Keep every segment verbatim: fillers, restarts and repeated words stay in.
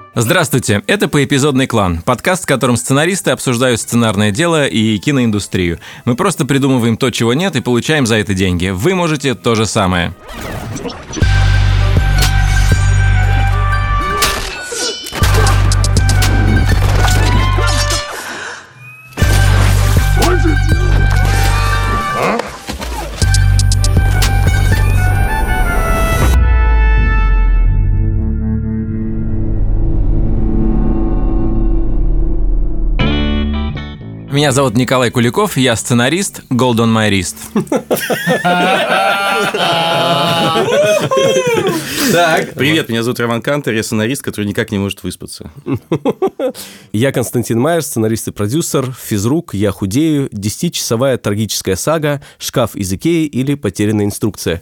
Здравствуйте, это «Поэпизодный клан», подкаст, в котором сценаристы обсуждают сценарное дело и киноиндустрию. Мы просто придумываем то, чего нет, и получаем за это деньги. Вы можете то же самое. Меня зовут Николай Куликов, я сценарист, Gold on my wrist. Так, привет, меня зовут Роман Кантер, я сценарист, который никак не может выспаться. Я Константин Майер, сценарист и продюсер, физрук, я худею, десятичасовая трагическая сага, шкаф из Икеи или потерянная инструкция.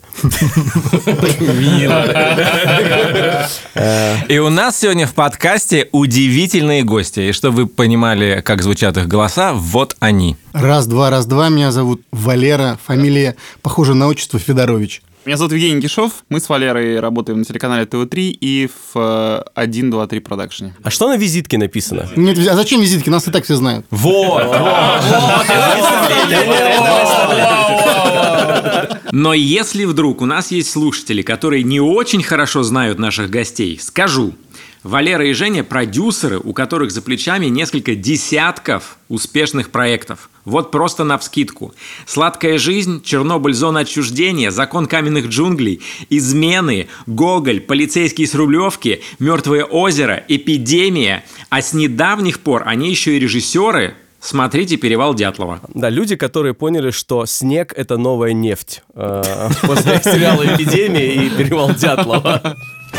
И у нас сегодня в подкасте удивительные гости. И чтобы вы понимали, как звучат их голоса, вот они. Раз-два, раз-два, меня зовут Валера, фамилия похожа на отчество Федорович. Меня зовут Евгений Кишов, мы с Валерой работаем на телеканале тэ вэ три и в один, два, три продакшене. А что на визитке написано? Нет, а зачем визитки? Нас и так все знают. Вот! Но если вдруг у нас есть слушатели, которые не очень хорошо знают наших гостей, скажу. Валера и Женя – продюсеры, у которых за плечами несколько десятков успешных проектов. Вот просто навскидку. «Сладкая жизнь», «Чернобыль. Зона отчуждения», «Закон каменных джунглей», «Измены», «Гоголь», «Полицейский с Рублевки», «Мертвое озеро», «Эпидемия». А с недавних пор они еще и режиссеры. Смотрите «Перевал Дятлова». Да, люди, которые поняли, что снег – это новая нефть. После сериала «Эпидемия» и «Перевал Дятлова».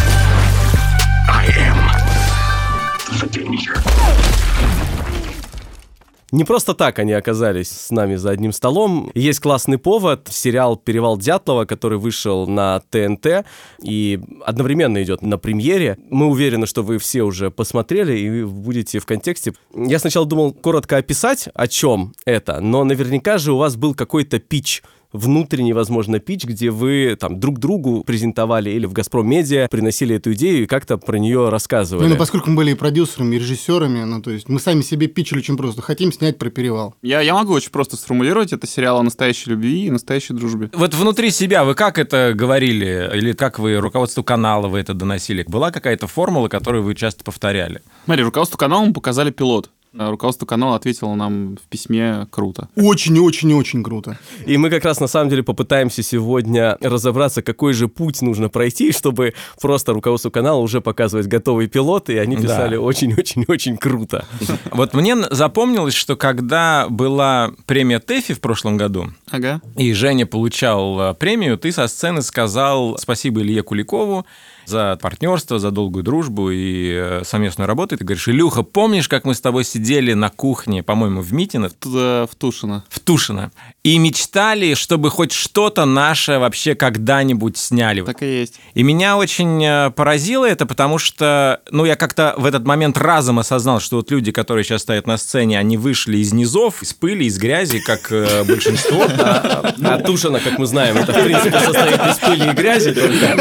Не просто так они оказались с нами за одним столом. Есть классный повод. Сериал «Перевал Дятлова», который вышел на тэ эн тэ и одновременно идет на премьере. Мы уверены, что вы все уже посмотрели и будете в контексте. Я сначала думал коротко описать, о чем это, но наверняка же у вас был какой-то питч, внутренний, возможно, питч, где вы там друг другу презентовали или в «Газпром Медиа» приносили эту идею и как-то про нее рассказывали. Ну, ну, поскольку мы были и продюсерами, и режиссерами, ну, то есть мы сами себе питчили очень просто. Хотим снять про перевал. Я, я могу очень просто сформулировать. Это сериал о настоящей любви и настоящей дружбе. Вот внутри себя вы как это говорили? Или как вы руководству канала вы это доносили? Была какая-то формула, которую вы часто повторяли? Смотри, руководству канала мы показали пилот. Руководство канала ответило нам в письме «круто». Очень-очень-очень круто. И мы как раз на самом деле попытаемся сегодня разобраться, какой же путь нужно пройти, чтобы просто руководству канала уже показывать готовый пилот, и они писали да. очень-очень-очень круто. Вот мне запомнилось, что когда была премия ТЭФИ в прошлом году, ага. и Женя получал премию, ты со сцены сказал спасибо Илье Куликову за партнерство, за долгую дружбу и совместную работу. И ты говоришь: Илюха, помнишь, как мы с тобой сидели на кухне, по-моему, в Митино? В Тушино. В Тушино. И мечтали, чтобы хоть что-то наше вообще когда-нибудь сняли. Так и есть. И меня очень поразило это, потому что, ну, я как-то в этот момент разом осознал, что вот люди, которые сейчас стоят на сцене, они вышли из низов, из пыли, из грязи, как большинство. А Тушино, как мы знаем, это, в принципе, состоит из пыли и грязи.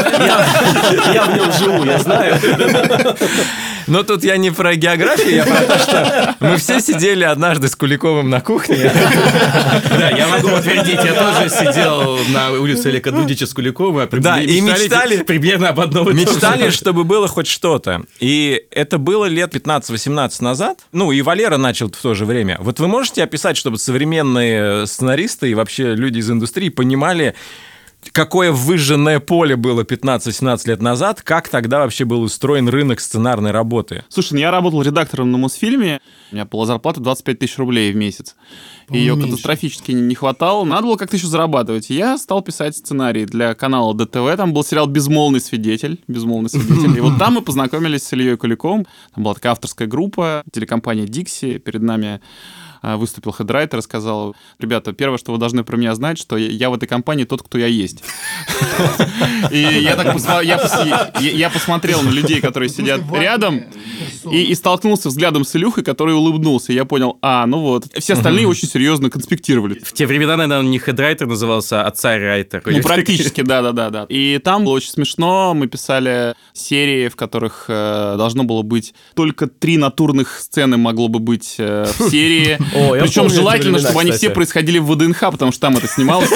Я в нем живу, я знаю. Но тут я не про географию, я про то, что мы все сидели однажды с Куликовым на кухне. Да, я могу подтвердить, я тоже сидел на улице Олега Дудича с Куликовым. Да, и мечтали примерно об одном и том же. Мечтали, чтобы было хоть что-то. И это было лет пятнадцать-восемнадцать назад. Ну, и Валера начал в то же время. Вот вы можете описать, чтобы современные сценаристы и вообще люди из индустрии понимали, какое выжженное поле было пятнадцать-восемнадцать лет назад, как тогда вообще был устроен рынок сценарной работы? Слушай, ну я работал редактором на Мосфильме, у меня была зарплата двадцать пять тысяч рублей в месяц. И ее меньше. Катастрофически не хватало, надо было как-то еще зарабатывать. И я стал писать сценарий для канала дэ тэ вэ, там был сериал «Безмолвный свидетель», «Безмолвный свидетель». И вот там мы познакомились с Ильей Куликовым, там была такая авторская группа, телекомпания «Дикси», перед нами выступил хедрайтер и сказал: ребята, первое, что вы должны про меня знать, что я в этой компании тот, кто я есть. И я так я посмотрел на людей, которые сидят рядом, и столкнулся взглядом с Илюхой, который улыбнулся. Я понял, а, ну вот. Все остальные очень серьезно конспектировали. В те времена, наверное, не хедрайтер назывался, а царь-райтер. Ну, практически, да-да-да. И там было очень смешно. Мы писали серии, в которых э, должно было быть только три натурных сцены могло бы быть э, в серии. Причем желательно, чтобы они все происходили в ВДНХ, потому что там это снималось.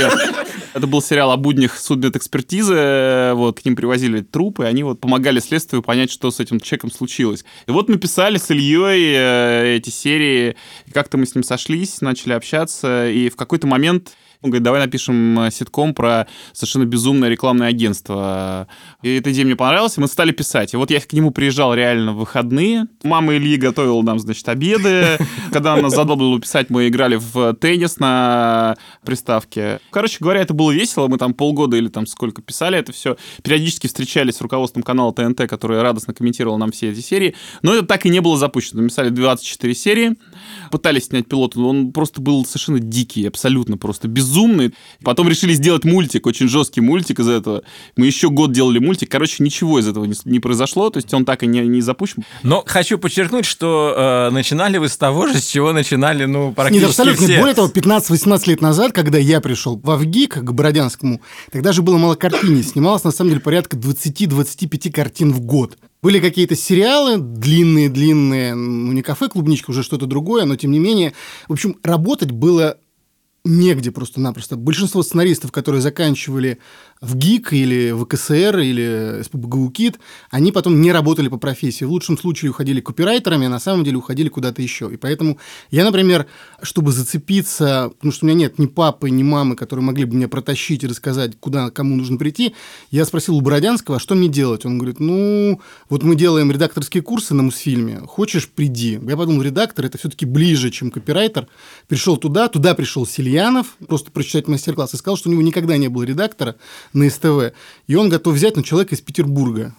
Это был сериал о буднях судмедэкспертизы, вот, к ним привозили трупы, и они вот помогали следствию понять, что с этим человеком случилось. И вот мы писали с Ильей э, эти серии, и как-то мы с ним сошлись, начали общаться, и в какой-то момент он говорит: давай напишем ситком про совершенно безумное рекламное агентство. И эта идея мне понравилась, и мы стали писать. И вот я к нему приезжал реально в выходные. Мама Ильи готовила нам, значит, обеды. Когда она нас задолбала писать, мы играли в теннис на приставке. Короче говоря, это было весело. Мы там полгода или там сколько писали это все. Периодически встречались с руководством канала ТНТ, который радостно комментировал нам все эти серии. Но это так и не было запущено. Мы писали двадцать четыре серии. Пытались снять пилот, но он просто был совершенно дикий, абсолютно просто безумный. Потом решили сделать мультик, очень жесткий мультик из этого. Мы еще год делали мультик. Короче, ничего из этого не, не произошло, то есть он так и не, не запущен. Но хочу подчеркнуть, что э, начинали вы с того же, с чего начинали, ну, практически Нет, абсолютно. все. Более того, пятнадцать-восемнадцать лет назад, когда я пришел в АВГИК к Бородянскому, тогда же было мало картин, снималось, на самом деле, порядка двадцать-двадцать пять картин в год. Были какие-то сериалы длинные-длинные, ну, не «Кафе Клубничка», уже что-то другое, но тем не менее. В общем, работать было негде просто-напросто. Большинство сценаристов, которые заканчивали в ГИК или в ВКСР или СПбГУ-КИТ, они потом не работали по профессии. В лучшем случае уходили копирайтерами, а на самом деле уходили куда-то еще. И поэтому я, например, чтобы зацепиться, потому что у меня нет ни папы, ни мамы, которые могли бы меня протащить и рассказать, куда, кому нужно прийти, я спросил у Бородянского, а что мне делать? Он говорит: ну, вот мы делаем редакторские курсы на Мосфильме, хочешь, приди. Я подумал, редактор – это все-таки ближе, чем копирайтер. Пришел туда, туда пришел Сельянов, просто прочитать мастер-класс, и сказал, что у него никогда не было редактора на СТВ, и он готов взять на человека из Петербурга.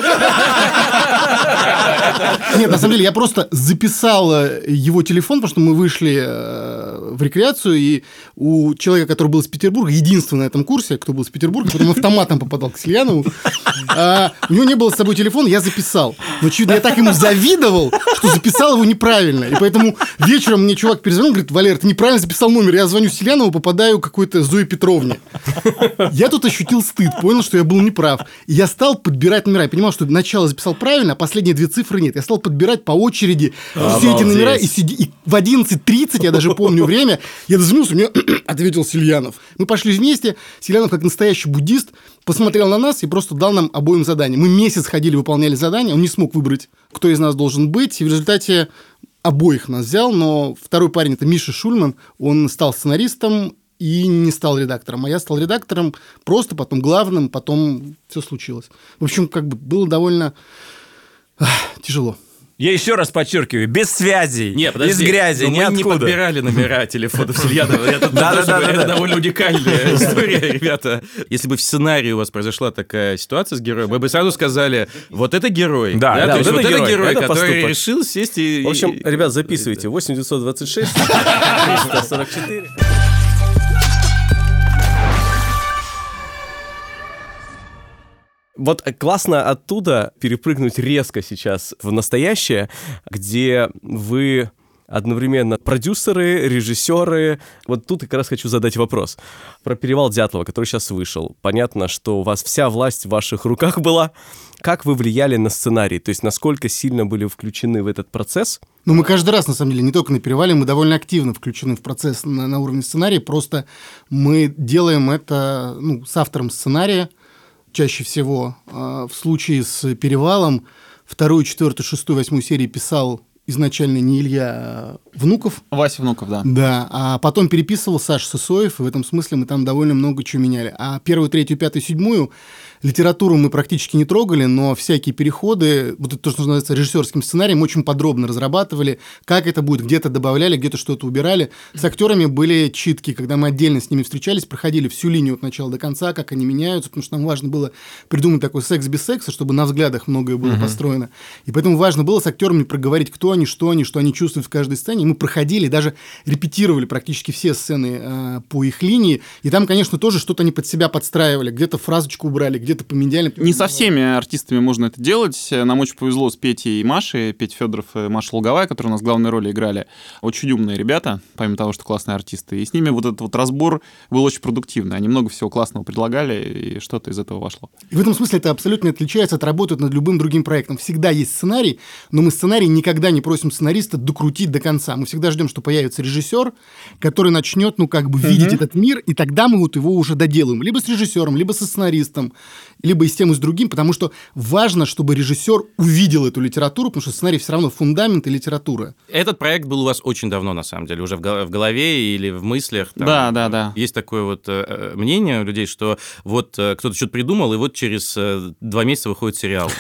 Нет, на самом деле, я просто записал его телефон, потому что мы вышли в рекреацию, и у человека, который был из Петербурга, единственный на этом курсе, кто был из Петербурга, потом автоматом попадал к Сельянову, а у него не было с собой телефона, я записал. Но, очевидно, я так ему завидовал, что записал его неправильно. И поэтому вечером мне чувак перезвонил, говорит: Валер, ты неправильно записал номер. Я звоню Сельянову, попадаю к какой-то Зое Петровне. Я тут ощутил стыд, понял, что я был неправ. И я стал подбирать номера. Я понимал, что начало записал правильно, а последние две цифры нет. Я стал подбирать по очереди все эти номера. И, сиди... и в одиннадцать тридцать, я даже помню время, я дозвонился, мне ответил Сельянов. Мы пошли вместе. Сельянов, как настоящий буддист, посмотрел на нас и просто дал нам обоим задание. Мы месяц ходили, выполняли задания. Он не смог выбрать, кто из нас должен быть. И в результате обоих нас взял. Но второй парень, это Миша Шульман, он стал сценаристом и не стал редактором. А я стал редактором просто, потом главным, потом все случилось. В общем, как бы было довольно ах, тяжело. Я еще раз подчеркиваю, без связей, не, подожди, без грязи, но ниоткуда. Мы не подбирали номера телефонов Сельянова. Это довольно уникальная история, ребята. Если бы в сценарии у вас произошла такая ситуация с героем, мы бы сразу сказали: вот это герой. Да, то есть вот это герой, это который решил сесть и... В общем, ребят, записывайте. восемь девятьсот двадцать шесть триста сорок четыре. Вот классно оттуда перепрыгнуть резко сейчас в настоящее, где вы одновременно продюсеры, режиссеры. Вот тут я как раз хочу задать вопрос. Про «Перевал Дятлова», который сейчас вышел. Понятно, что у вас вся власть в ваших руках была. Как вы влияли на сценарий? То есть насколько сильно были включены в этот процесс? Ну, мы каждый раз, на самом деле, не только на «Перевале», мы довольно активно включены в процесс на, на уровне сценария. Просто мы делаем это, ну, с автором сценария. Чаще всего в случае с «Перевалом» вторую, четвертую, шестую, восьмую серии писал изначально не Илья, а Внуков. Вася Внуков, да. Да, а потом переписывал Саша Сысоев, и в этом смысле мы там довольно много чего меняли. А первую, третью, пятую, седьмую литературу мы практически не трогали, но всякие переходы, вот это то, что называется режиссерским сценарием, очень подробно разрабатывали, как это будет, где-то добавляли, где-то что-то убирали. С актерами были читки, когда мы отдельно с ними встречались, проходили всю линию от начала до конца, как они меняются, потому что нам важно было придумать такой секс без секса, чтобы на взглядах многое было uh-huh. построено. И поэтому важно было с актерами проговорить, кто они, они, что они, что они чувствуют в каждой сцене. И мы проходили, даже репетировали практически все сцены э, по их линии. И там, конечно, тоже что-то они под себя подстраивали. Где-то фразочку убрали, где-то поменяли. Не со всеми артистами можно это делать. Нам очень повезло с Петей и Машей. Петя Федоров и Маша Луговая, которые у нас главные роли играли. Очень умные ребята, помимо того, что классные артисты. И с ними вот этот вот разбор был очень продуктивный. Они много всего классного предлагали, и что-то из этого вошло. И в этом смысле это абсолютно отличается от работы над любым другим проектом. Всегда есть сценарий, но мы сценарий никогда не просим сценариста докрутить до конца. Мы всегда ждем, что появится режиссер, который начнет, ну, как бы видеть mm-hmm. этот мир, и тогда мы вот его уже доделаем. Либо с режиссером, либо со сценаристом, либо и с тем, и с другим, потому что важно, чтобы режиссер увидел эту литературу, потому что сценарий все равно фундамент и литература. Этот проект был у вас очень давно, на самом деле, уже в голове или в мыслях. Там, да, да, да. Есть такое вот э, мнение у людей, что вот э, кто-то что-то придумал, и вот через э, два месяца выходит сериал.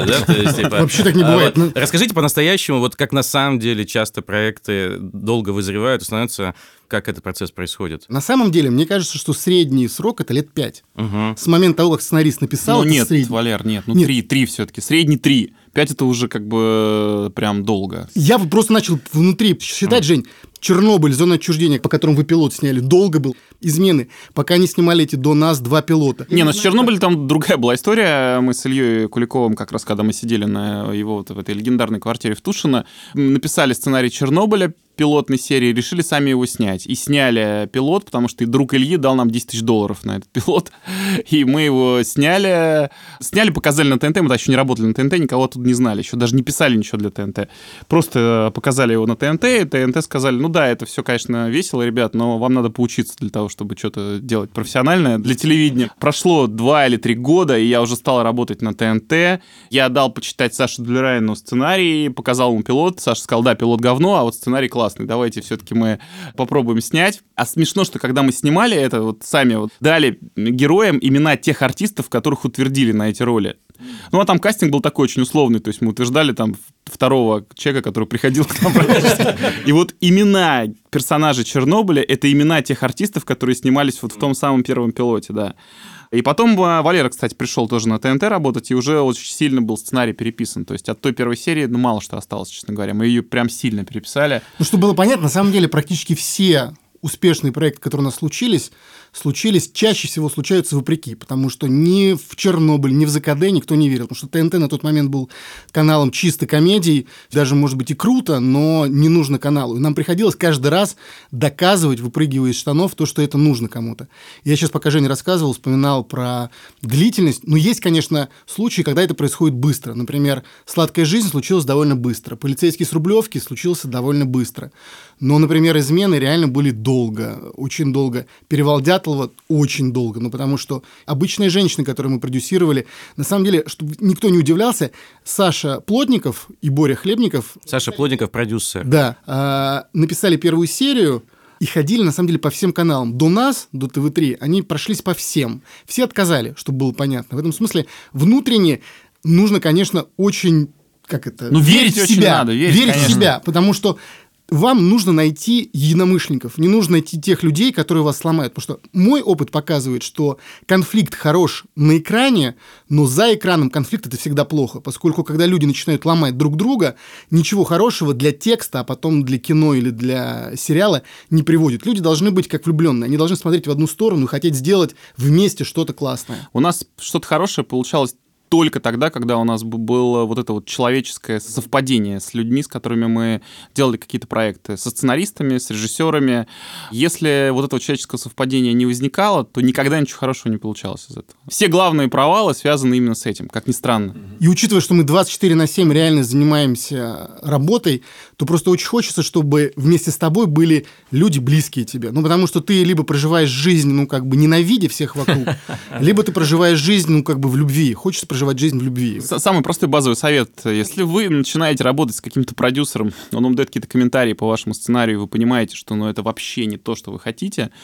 Вообще так не бывает. Расскажите по-настоящему, вот как на самом деле часто проекты долго вызревают, становятся... Как этот процесс происходит? На самом деле, мне кажется, что средний срок – это лет пять. Угу. С момента того, как сценарист написал, ну, это нет, средний. Валер, нет, ну три, три все-таки, средний три. Пять – это уже как бы прям долго. Я просто начал внутри считать, mm. Жень, Чернобыль, зона отчуждения, по которому вы пилот сняли, долго был. Измены, пока они снимали эти до нас два пилота. Не, ну с Чернобылем там другая была история. Мы с Ильей Куликовым, как раз когда мы сидели на его вот в этой легендарной квартире в Тушино, написали сценарий Чернобыля, пилотной серии, решили сами его снять. И сняли пилот, потому что и друг Ильи дал нам десять тысяч долларов на этот пилот. И мы его сняли. Сняли, показали на ТНТ. Мы тогда еще не работали на ТНТ, никого тут не знали. Еще даже не писали ничего для ТНТ. Просто показали его на ТНТ, и ТНТ сказали, ну да, это все, конечно, весело, ребят, но вам надо поучиться для того, чтобы что-то делать профессиональное для телевидения. Прошло два или три года, и я уже стал работать на ТНТ. Я дал почитать Саше Делерайну сценарий, показал ему пилот. Саша сказал, да, пилот говно, а вот сценарий классный. Давайте все-таки мы попробуем снять. А смешно, что когда мы снимали это, вот сами вот дали героям имена тех артистов, которых утвердили на эти роли. Ну, а там кастинг был такой очень условный, то есть мы утверждали там второго человека, который приходил к нам практически. И вот имена персонажей Чернобыля — это имена тех артистов, которые снимались вот в том самом первом пилоте, да. И потом Валера, кстати, пришел тоже на ТНТ работать, и уже очень сильно был сценарий переписан. То есть от той первой серии, ну, мало что осталось, честно говоря. Мы ее прям сильно переписали. Ну, чтобы было понятно, на самом деле практически все успешные проекты, которые у нас случились, случились, чаще всего случаются вопреки, потому что ни в Чернобыль, ни в ЗКД никто не верил, потому что ТНТ на тот момент был каналом чисто комедий, даже, может быть, и круто, но не нужно каналу. И нам приходилось каждый раз доказывать, выпрыгивая из штанов, то, что это нужно кому-то. Я сейчас, пока Женя рассказывал, вспоминал про длительность, но есть, конечно, случаи, когда это происходит быстро. Например, «Сладкая жизнь» случилась довольно быстро, «Полицейский с Рублевки» случился довольно быстро. Но, например, «Измены» реально были долго, очень долго. «Перевал Дятлова» очень долго, ну, потому что «Обычные женщины», которые мы продюсировали, на самом деле, чтобы никто не удивлялся, Саша Плотников и Боря Хлебников... Саша Плотников, продюсер. Да, э, написали первую серию и ходили, на самом деле, по всем каналам. До нас, до тэ вэ три, они прошлись по всем. Все отказали, чтобы было понятно. В этом смысле внутренне нужно, конечно, очень... Как это? Ну, верить, верить в себя. Очень надо. Верить, верить в себя, потому что вам нужно найти единомышленников, не нужно найти тех людей, которые вас сломают. Потому что мой опыт показывает, что конфликт хорош на экране, но за экраном конфликт – это всегда плохо, поскольку когда люди начинают ломать друг друга, ничего хорошего для текста, а потом для кино или для сериала не приводит. Люди должны быть как влюбленные, они должны смотреть в одну сторону и хотеть сделать вместе что-то классное. У нас что-то хорошее получалось только тогда, когда у нас было вот это вот человеческое совпадение с людьми, с которыми мы делали какие-то проекты, со сценаристами, с режиссерами. Если вот этого человеческого совпадения не возникало, то никогда ничего хорошего не получалось из этого. Все главные провалы связаны именно с этим, как ни странно. И учитывая, что мы двадцать четыре на семь реально занимаемся работой, то просто очень хочется, чтобы вместе с тобой были люди, близкие тебе. Ну, потому что ты либо проживаешь жизнь, ну, как бы ненавидя всех вокруг, либо ты проживаешь жизнь, ну, как бы в любви. Хочется проживать жизнь в любви. Самый простой базовый совет. Если вы начинаете работать с каким-то продюсером, он вам дает какие-то комментарии по вашему сценарию, вы понимаете, что ну, это вообще не то, что вы хотите,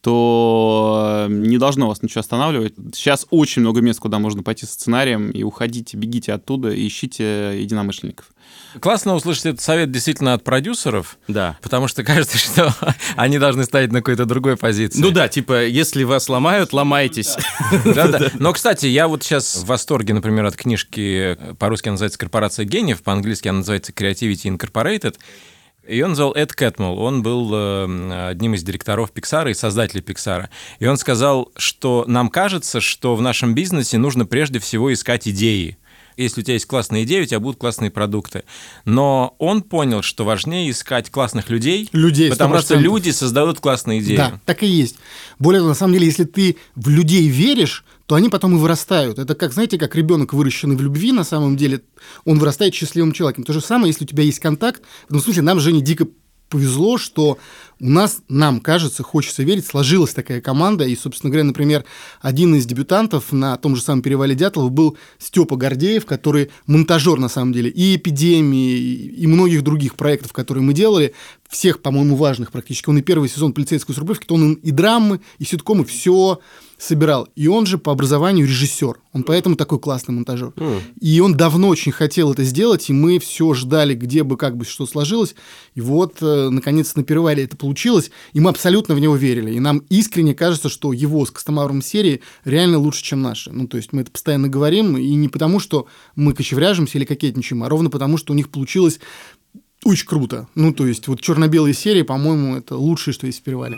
то не должно вас ничего останавливать. Сейчас очень много мест, куда можно пойти со сценарием, и уходите, бегите оттуда, и ищите единомышленников. Классно услышать этот совет действительно от продюсеров, Да. потому что кажется, что они должны стоять на какой-то другой позиции. Ну да, типа, если вас ломают, ломайтесь. Да-да. Но, кстати, я вот сейчас в восторге, например, от книжки, по-русски она называется «Корпорация гениев», по-английски она называется «Creativity Incorporated». Ее назвал Эд Кэтмелл. Он был э, одним из директоров Pixar и создателей Pixar. И он сказал, что нам кажется, что в нашем бизнесе нужно прежде всего искать идеи. Если у тебя есть классная идея, у тебя будут классные продукты. Но он понял, что важнее искать классных людей, людей потому сто процентов. что люди создают классные идеи. Да, так и есть. Более того, на самом деле, если ты в людей веришь, то они потом и вырастают. Это как, знаете, как ребенок, выращенный в любви, на самом деле, он вырастает счастливым человеком. То же самое, если у тебя есть контакт. В этом смысле нам, Жене, дико повезло, что у нас, нам кажется, хочется верить, сложилась такая команда. И, собственно говоря, например, один из дебютантов на том же самом «Перевале Дятлова» был Степа Гордеев, который монтажер, на самом деле, и «Эпидемии», и многих других проектов, которые мы делали, всех, по-моему, важных практически. Он и первый сезон «Полицейской с Рублевки», то он и драмы, и ситкомы, все собирал. И он же по образованию режиссер. Он поэтому такой классный монтажер. Mm. И он давно очень хотел это сделать, и мы все ждали, где бы, как бы, что сложилось. И вот, э, наконец, на «Перевале» это получилось, и мы абсолютно в него верили. И нам искренне кажется, что его с Костомаровым серии реально лучше, чем наши. Ну, то есть мы это постоянно говорим, и не потому, что мы кочевряжемся или кокетничаем, а ровно потому, что у них получилось очень круто. Ну, то есть вот черно-белые серии, по-моему, это лучшее, что есть в «Перевале».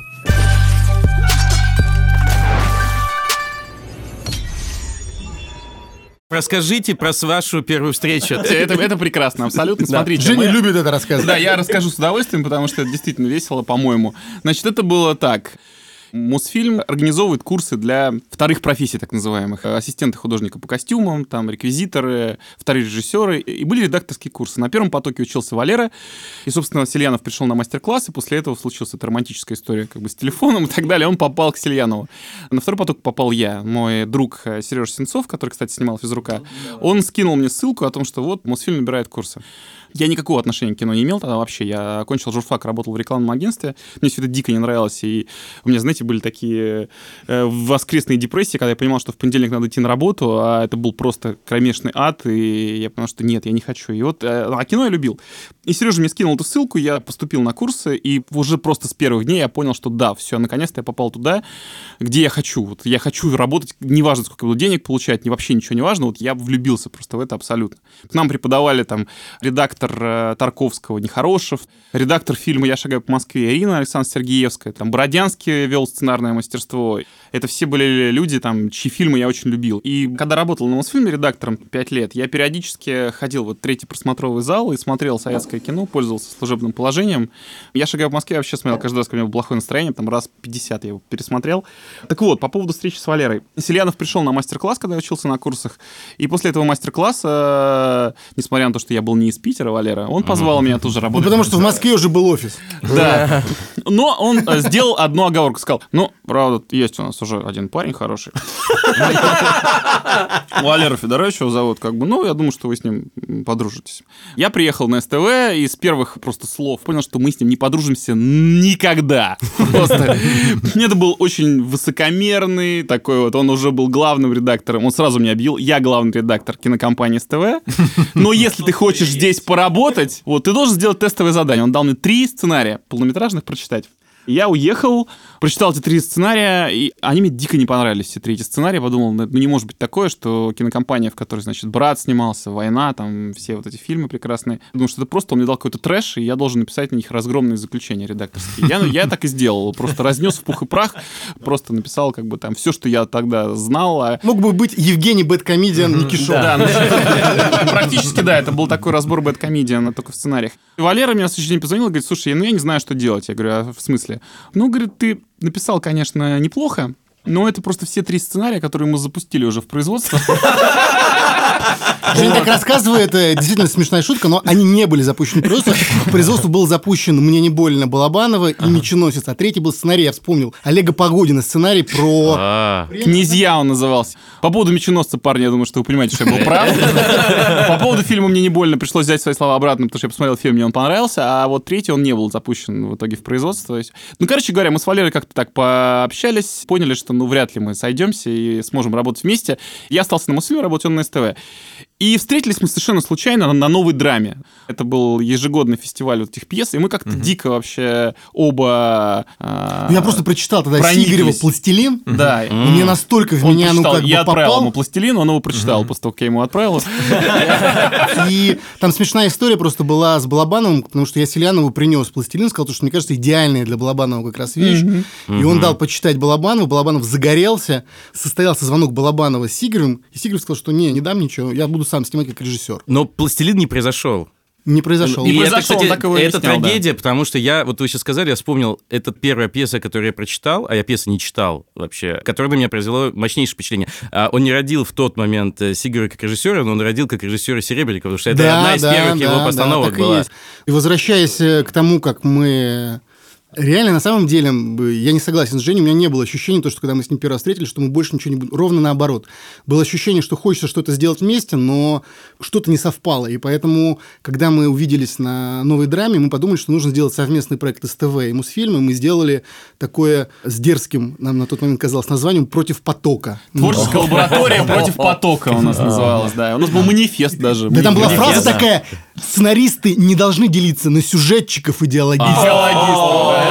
Расскажите про вашу первую встречу. Это, это прекрасно, абсолютно. Да. Смотрите. Женя мы... любит это рассказывать. Да, я расскажу с удовольствием, потому что это действительно весело, по-моему. Значит, это было так. Мосфильм организовывает курсы для вторых профессий, так называемых. Ассистенты художника по костюмам, там, реквизиторы, вторые режиссеры. И были редакторские курсы. На первом потоке учился Валера. И, собственно, Сельянов пришел на мастер-класс, и после этого случилась эта романтическая история как бы с телефоном и так далее. Он попал к Сельянову. На второй поток попал я. Мой друг Сережа Сенцов, который, кстати, снимал «Физрука», он скинул мне ссылку о том, что вот Мосфильм набирает курсы. Я никакого отношения к кино не имел тогда вообще. Я окончил журфак, работал в рекламном агентстве. Мне все это дико не нравилось. И у меня, знаете, были такие э, воскресные депрессии, когда я понимал, что в понедельник надо идти на работу, а это был просто кромешный ад. И я понял, что нет, я не хочу. И вот, э, а кино я любил. И Сережа мне скинул эту ссылку, я поступил на курсы, и уже просто с первых дней я понял, что да, все, наконец-то я попал туда, где я хочу. Вот я хочу работать, неважно, сколько буду денег получать, вообще ничего не важно. Вот я влюбился просто в это абсолютно. К нам преподавали там редактор Тарковского Нехорошев, редактор фильма «Я шагаю по Москве» Ирина Александровна Сергеевская, там Бородянский вел сценарное мастерство. Это все были люди, там, чьи фильмы я очень любил. И когда работал на Мосфильме редактором пять лет, я периодически ходил в вот третий просмотровый зал и смотрел советское кино, пользовался служебным положением. «Я шагаю по Москве» вообще смотрел каждый раз, когда у меня было плохое настроение, там раз пятьдесят я его пересмотрел. Так вот, по поводу встречи с Валерой. Сельянов пришел на мастер-класс, когда я учился на курсах, и после этого мастер-класса, несмотря на то, что я был не из Питера, Валера, он позвал меня тоже работать. Ну, потому что в Москве уже был офис. Да. Но он сделал одну оговорку, сказал, ну, правда, есть у нас уже один парень хороший. Валера Федорович его зовут, как бы, ну, я думаю, что вы с ним подружитесь. Я приехал на СТВ и с первых просто слов понял, что мы с ним не подружимся никогда. Просто. Это был очень высокомерный такой вот, он уже был главным редактором, он сразу мне объявил, я главный редактор кинокомпании СТВ, но если ты хочешь здесь поработать, вот, ты должен сделать тестовое задание. Он дал мне три сценария полнометражных прочитать. Я уехал, прочитал эти три сценария, и они мне дико не понравились, все три эти сценария. Подумал, ну не может быть такое, что кинокомпания, в которой, значит, «Брат» снимался, «Война», там все вот эти фильмы прекрасные. Думаю, что это просто он мне дал какой-то трэш, и я должен написать на них разгромные заключения редакторские. Я, я так и сделал, просто разнес в пух и прах, просто написал как бы там все, что я тогда знал. А... Мог бы быть Евгений Бэдкомедиан Никишов. Да, практически, да, это был такой разбор Бэдкомедиана только в сценариях. Валера меня в следующий день позвонил и говорит, слушай, ну я не знаю, что делать. Я говорю, а в смысле? Ну, говорит, ты написал, конечно, неплохо, но это просто все три сценария, которые мы запустили уже в производство. Женя так рассказывает, это действительно смешная шутка, но они не были запущены в производство. В производство был запущен «Мне не больно» Балабанова и «Меченосец», а третий был сценарий, я вспомнил, Олега Погодина, сценарий про... «Князья» он назывался. По поводу «Меченосца», парни, я думаю, что вы понимаете, что я был прав. По поводу фильма «Мне не больно» пришлось взять свои слова обратно, потому что я посмотрел фильм, мне он понравился, а вот третий он не был запущен в итоге в производство. Ну, короче говоря, мы с Валерой как-то так пообщались, поняли, что ну вряд ли мы сойдемся и сможем работать вместе. Я остался на Мосфильме, работал на СТВ. И встретились мы совершенно случайно на, на новой драме. Это был ежегодный фестиваль вот этих пьес, и мы как-то mm-hmm. дико вообще оба э, Я просто прочитал тогда Сигарева «Пластилин». Да. Mm-hmm. И мне настолько в он меня, прочитал, ну, как я бы отправил попал. ему «Пластилин», он его прочитал mm-hmm. после того, как я ему отправил. И там смешная история просто была с Балабановым, потому что я Селянову принес «Пластилин», сказал, что, мне кажется, идеальная для Балабанова как раз вещь. Mm-hmm. И он дал почитать Балабанову, Балабанов загорелся, состоялся звонок Балабанова с Сигаревым, и Сигарев сказал, что не, не дам ничего, я буду сам снимать как режиссер. Но «Пластилин» не произошел. Не произошел. И не это, произошел, кстати, он так его это объяснял, трагедия, да. потому что я, вот вы сейчас сказали, я вспомнил, это первая пьеса, которую я прочитал, а я пьесы не читал вообще, которая на меня произвела мощнейшее впечатление. А он не родил в тот момент Сигарева как режиссера, но он родил как режиссера Серебренникова, потому что это да, одна из да, первых да, его да, постановок так была. И, есть. И возвращаясь к тому, как мы... Реально, на самом деле, я не согласен с Женей, у меня не было ощущения, то, что когда мы с ним первый раз встретились, что мы больше ничего не будем. Ровно наоборот. Было ощущение, что хочется что-то сделать вместе, но что-то не совпало. И поэтому, когда мы увиделись на новой драме, мы подумали, что нужно сделать совместный проект СТВ и Мосфильм, и мы сделали такое с дерзким, нам на тот момент казалось, названием «Против потока». Творческая лаборатория «Против потока» у нас называлась, да. У нас был манифест даже. Да, там была фраза такая: сценаристы не должны делиться на сюжетчиков и идеологистов. Идеологистов.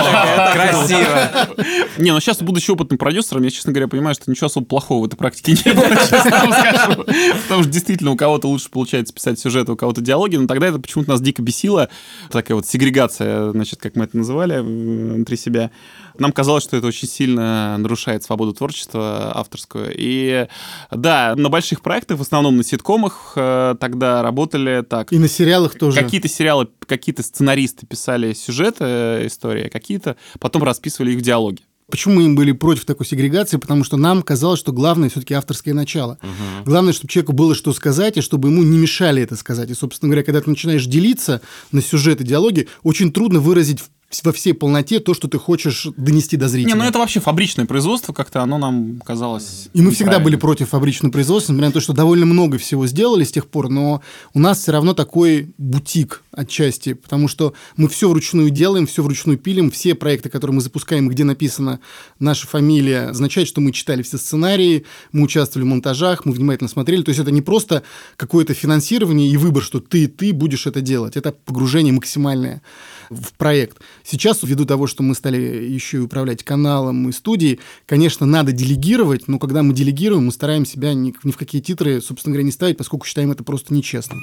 Красиво. Не, ну сейчас, будучи опытным продюсером, я, честно говоря, понимаю, что ничего особо плохого в этой практике не было, честно вам скажу. Потому что действительно у кого-то лучше получается писать сюжеты, у кого-то диалоги, но тогда это почему-то нас дико бесило. Такая вот сегрегация, значит, как мы это называли внутри себя. Нам казалось, что это очень сильно нарушает свободу творчества авторскую. И да, на больших проектах, в основном на ситкомах, тогда работали так. И на сериалах тоже. Какие-то сериалы, какие-то сценаристы писали сюжеты, истории, какие-то потом расписывали их в диалоге. Почему мы им были против такой сегрегации? Потому что нам казалось, что главное все-таки авторское начало. Uh-huh. Главное, чтобы человеку было что сказать, и чтобы ему не мешали это сказать. И, собственно говоря, когда ты начинаешь делиться на сюжеты, диалоги, очень трудно выразить во всей полноте то, что ты хочешь донести до зрителя. Не, ну это вообще фабричное производство, как-то оно нам казалось. И мы всегда были против фабричного производства, несмотря на то, что довольно много всего сделали с тех пор, но у нас все равно такой бутик отчасти, потому что мы все вручную делаем, все вручную пилим, все проекты, которые мы запускаем, где написана наша фамилия, означает, что мы читали все сценарии, мы участвовали в монтажах, мы внимательно смотрели. То есть это не просто какое-то финансирование и выбор, что ты и ты будешь это делать. Это погружение максимальное в проект. Сейчас, ввиду того, что мы стали еще и управлять каналом и студией, конечно, надо делегировать, но когда мы делегируем, мы стараемся себя ни, ни в какие титры, собственно говоря, не ставить, поскольку считаем это просто нечестным.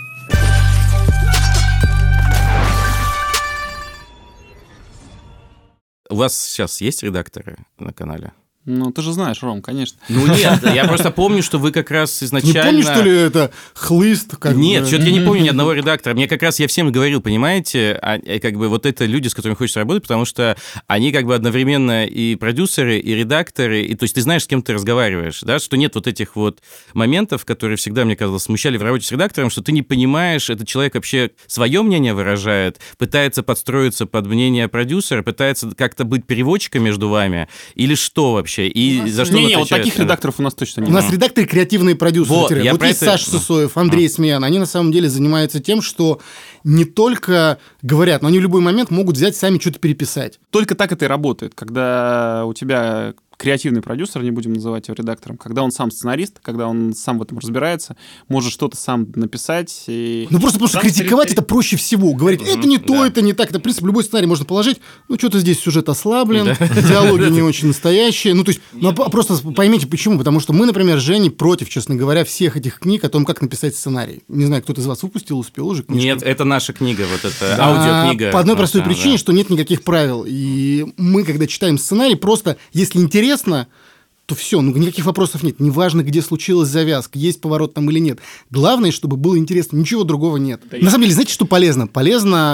У вас сейчас есть редакторы на канале? Ну, ты же знаешь, Ром, конечно. Ну нет, я просто помню, что вы как раз изначально... Не помнишь, что ли, это хлыст? Как нет, бы... что-то я не помню ни одного редактора. Мне как раз, я всем говорил, понимаете, а, как бы вот это люди, с которыми хочется работать, потому что они как бы одновременно и продюсеры, и редакторы, и то есть ты знаешь, с кем ты разговариваешь, да, что нет вот этих вот моментов, которые всегда, мне казалось, смущали в работе с редактором, что ты не понимаешь, этот человек вообще свое мнение выражает, пытается подстроиться под мнение продюсера, пытается как-то быть переводчиком между вами, или что вообще? И за что Не-не, вот таких редакторов у нас точно нет. У нас редакторы креативные продюсеры. Вот, вот я есть это... Саша Сысоев, Андрей а. Смеян. Они на самом деле занимаются тем, что не только говорят, но они в любой момент могут взять сами что-то переписать. Только так это и работает, когда у тебя креативный продюсер, не будем называть его редактором, когда он сам сценарист, когда он сам в этом разбирается, может что-то сам написать. И... Ну просто потому что критиковать это проще всего. Говорить, это не то, да. это не так. Это, в принципе, любой сценарий можно положить. Ну, что-то здесь сюжет ослаблен, да. диалоги не очень настоящие. Ну, то есть, ну, просто поймите, почему. Потому что мы, например, с Женей против, честно говоря, всех этих книг о том, как написать сценарий. Не знаю, кто-то из вас выпустил, успел уже книжку? Нет, это наша книга, вот это да, аудиокнига. По одной простой просто, причине, да. что нет никаких правил. И мы, когда читаем сценарий, просто, если интересно, то все, ну никаких вопросов нет. Неважно, где случилась завязка, есть поворот там или нет. Главное, чтобы было интересно, ничего другого нет. Да На самом деле, знаете, что полезно? Полезно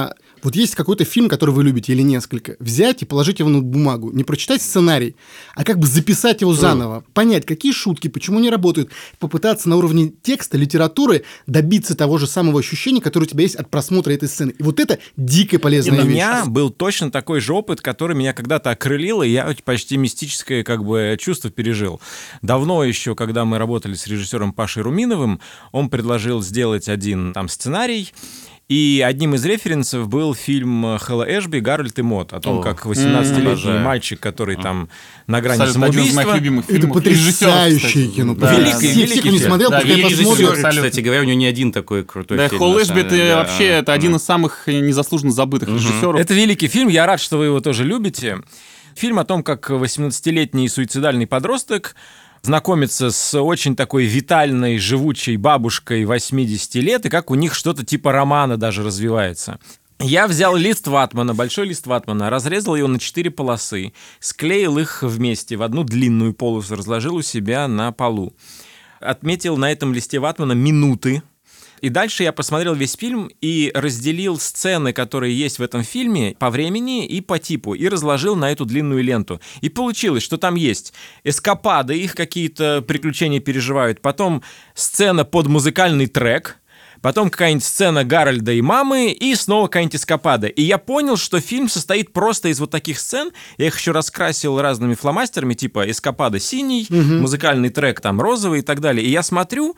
Вот есть какой-то фильм, который вы любите, или несколько, взять и положить его на бумагу, не прочитать сценарий, а как бы записать его заново, mm. понять, какие шутки, почему не работают, попытаться на уровне текста, литературы добиться того же самого ощущения, которое у тебя есть от просмотра этой сцены. И вот это дико полезная вещь. У меня был точно такой же опыт, который меня когда-то окрылил, и я почти мистическое как бы чувство пережил. Давно еще, когда мы работали с режиссером Пашей Руминовым, он предложил сделать один там сценарий, и одним из референсов был фильм Хэлла Эшби «Гарольд и Мод», о том, о, как восемнадцатилетний м-м, мальчик, который там на грани абсолютно самоубийства. Один из моих любимых фильмов. Это потрясающее кино. Да. Великий, все, великий все, кто не фильм. смотрел, да, пускай посмотрят. Кстати говоря, у него не один такой крутой да, фильм. Да, Хэлл Эшби — это да, вообще это один да. из самых незаслуженно забытых угу. режиссеров. Это великий фильм, я рад, что вы его тоже любите. Фильм о том, как восемнадцатилетний суицидальный подросток знакомится с очень такой витальной, живучей бабушкой восьмидесяти лет, и как у них что-то типа романа даже развивается. Я взял лист ватмана, большой лист ватмана, разрезал его на четыре полосы, склеил их вместе в одну длинную полосу, разложил у себя на полу. Отметил на этом листе ватмана минуты. И дальше я посмотрел весь фильм и разделил сцены, которые есть в этом фильме, по времени и по типу, и разложил на эту длинную ленту. И получилось, что там есть эскапады, их какие-то приключения переживают, потом сцена под музыкальный трек, потом какая-нибудь сцена Гарольда и мамы, и снова какая-нибудь эскапада. И я понял, что фильм состоит просто из вот таких сцен. Я их еще раскрасил разными фломастерами, типа эскапада синий, угу. музыкальный трек там розовый и так далее. И я смотрю...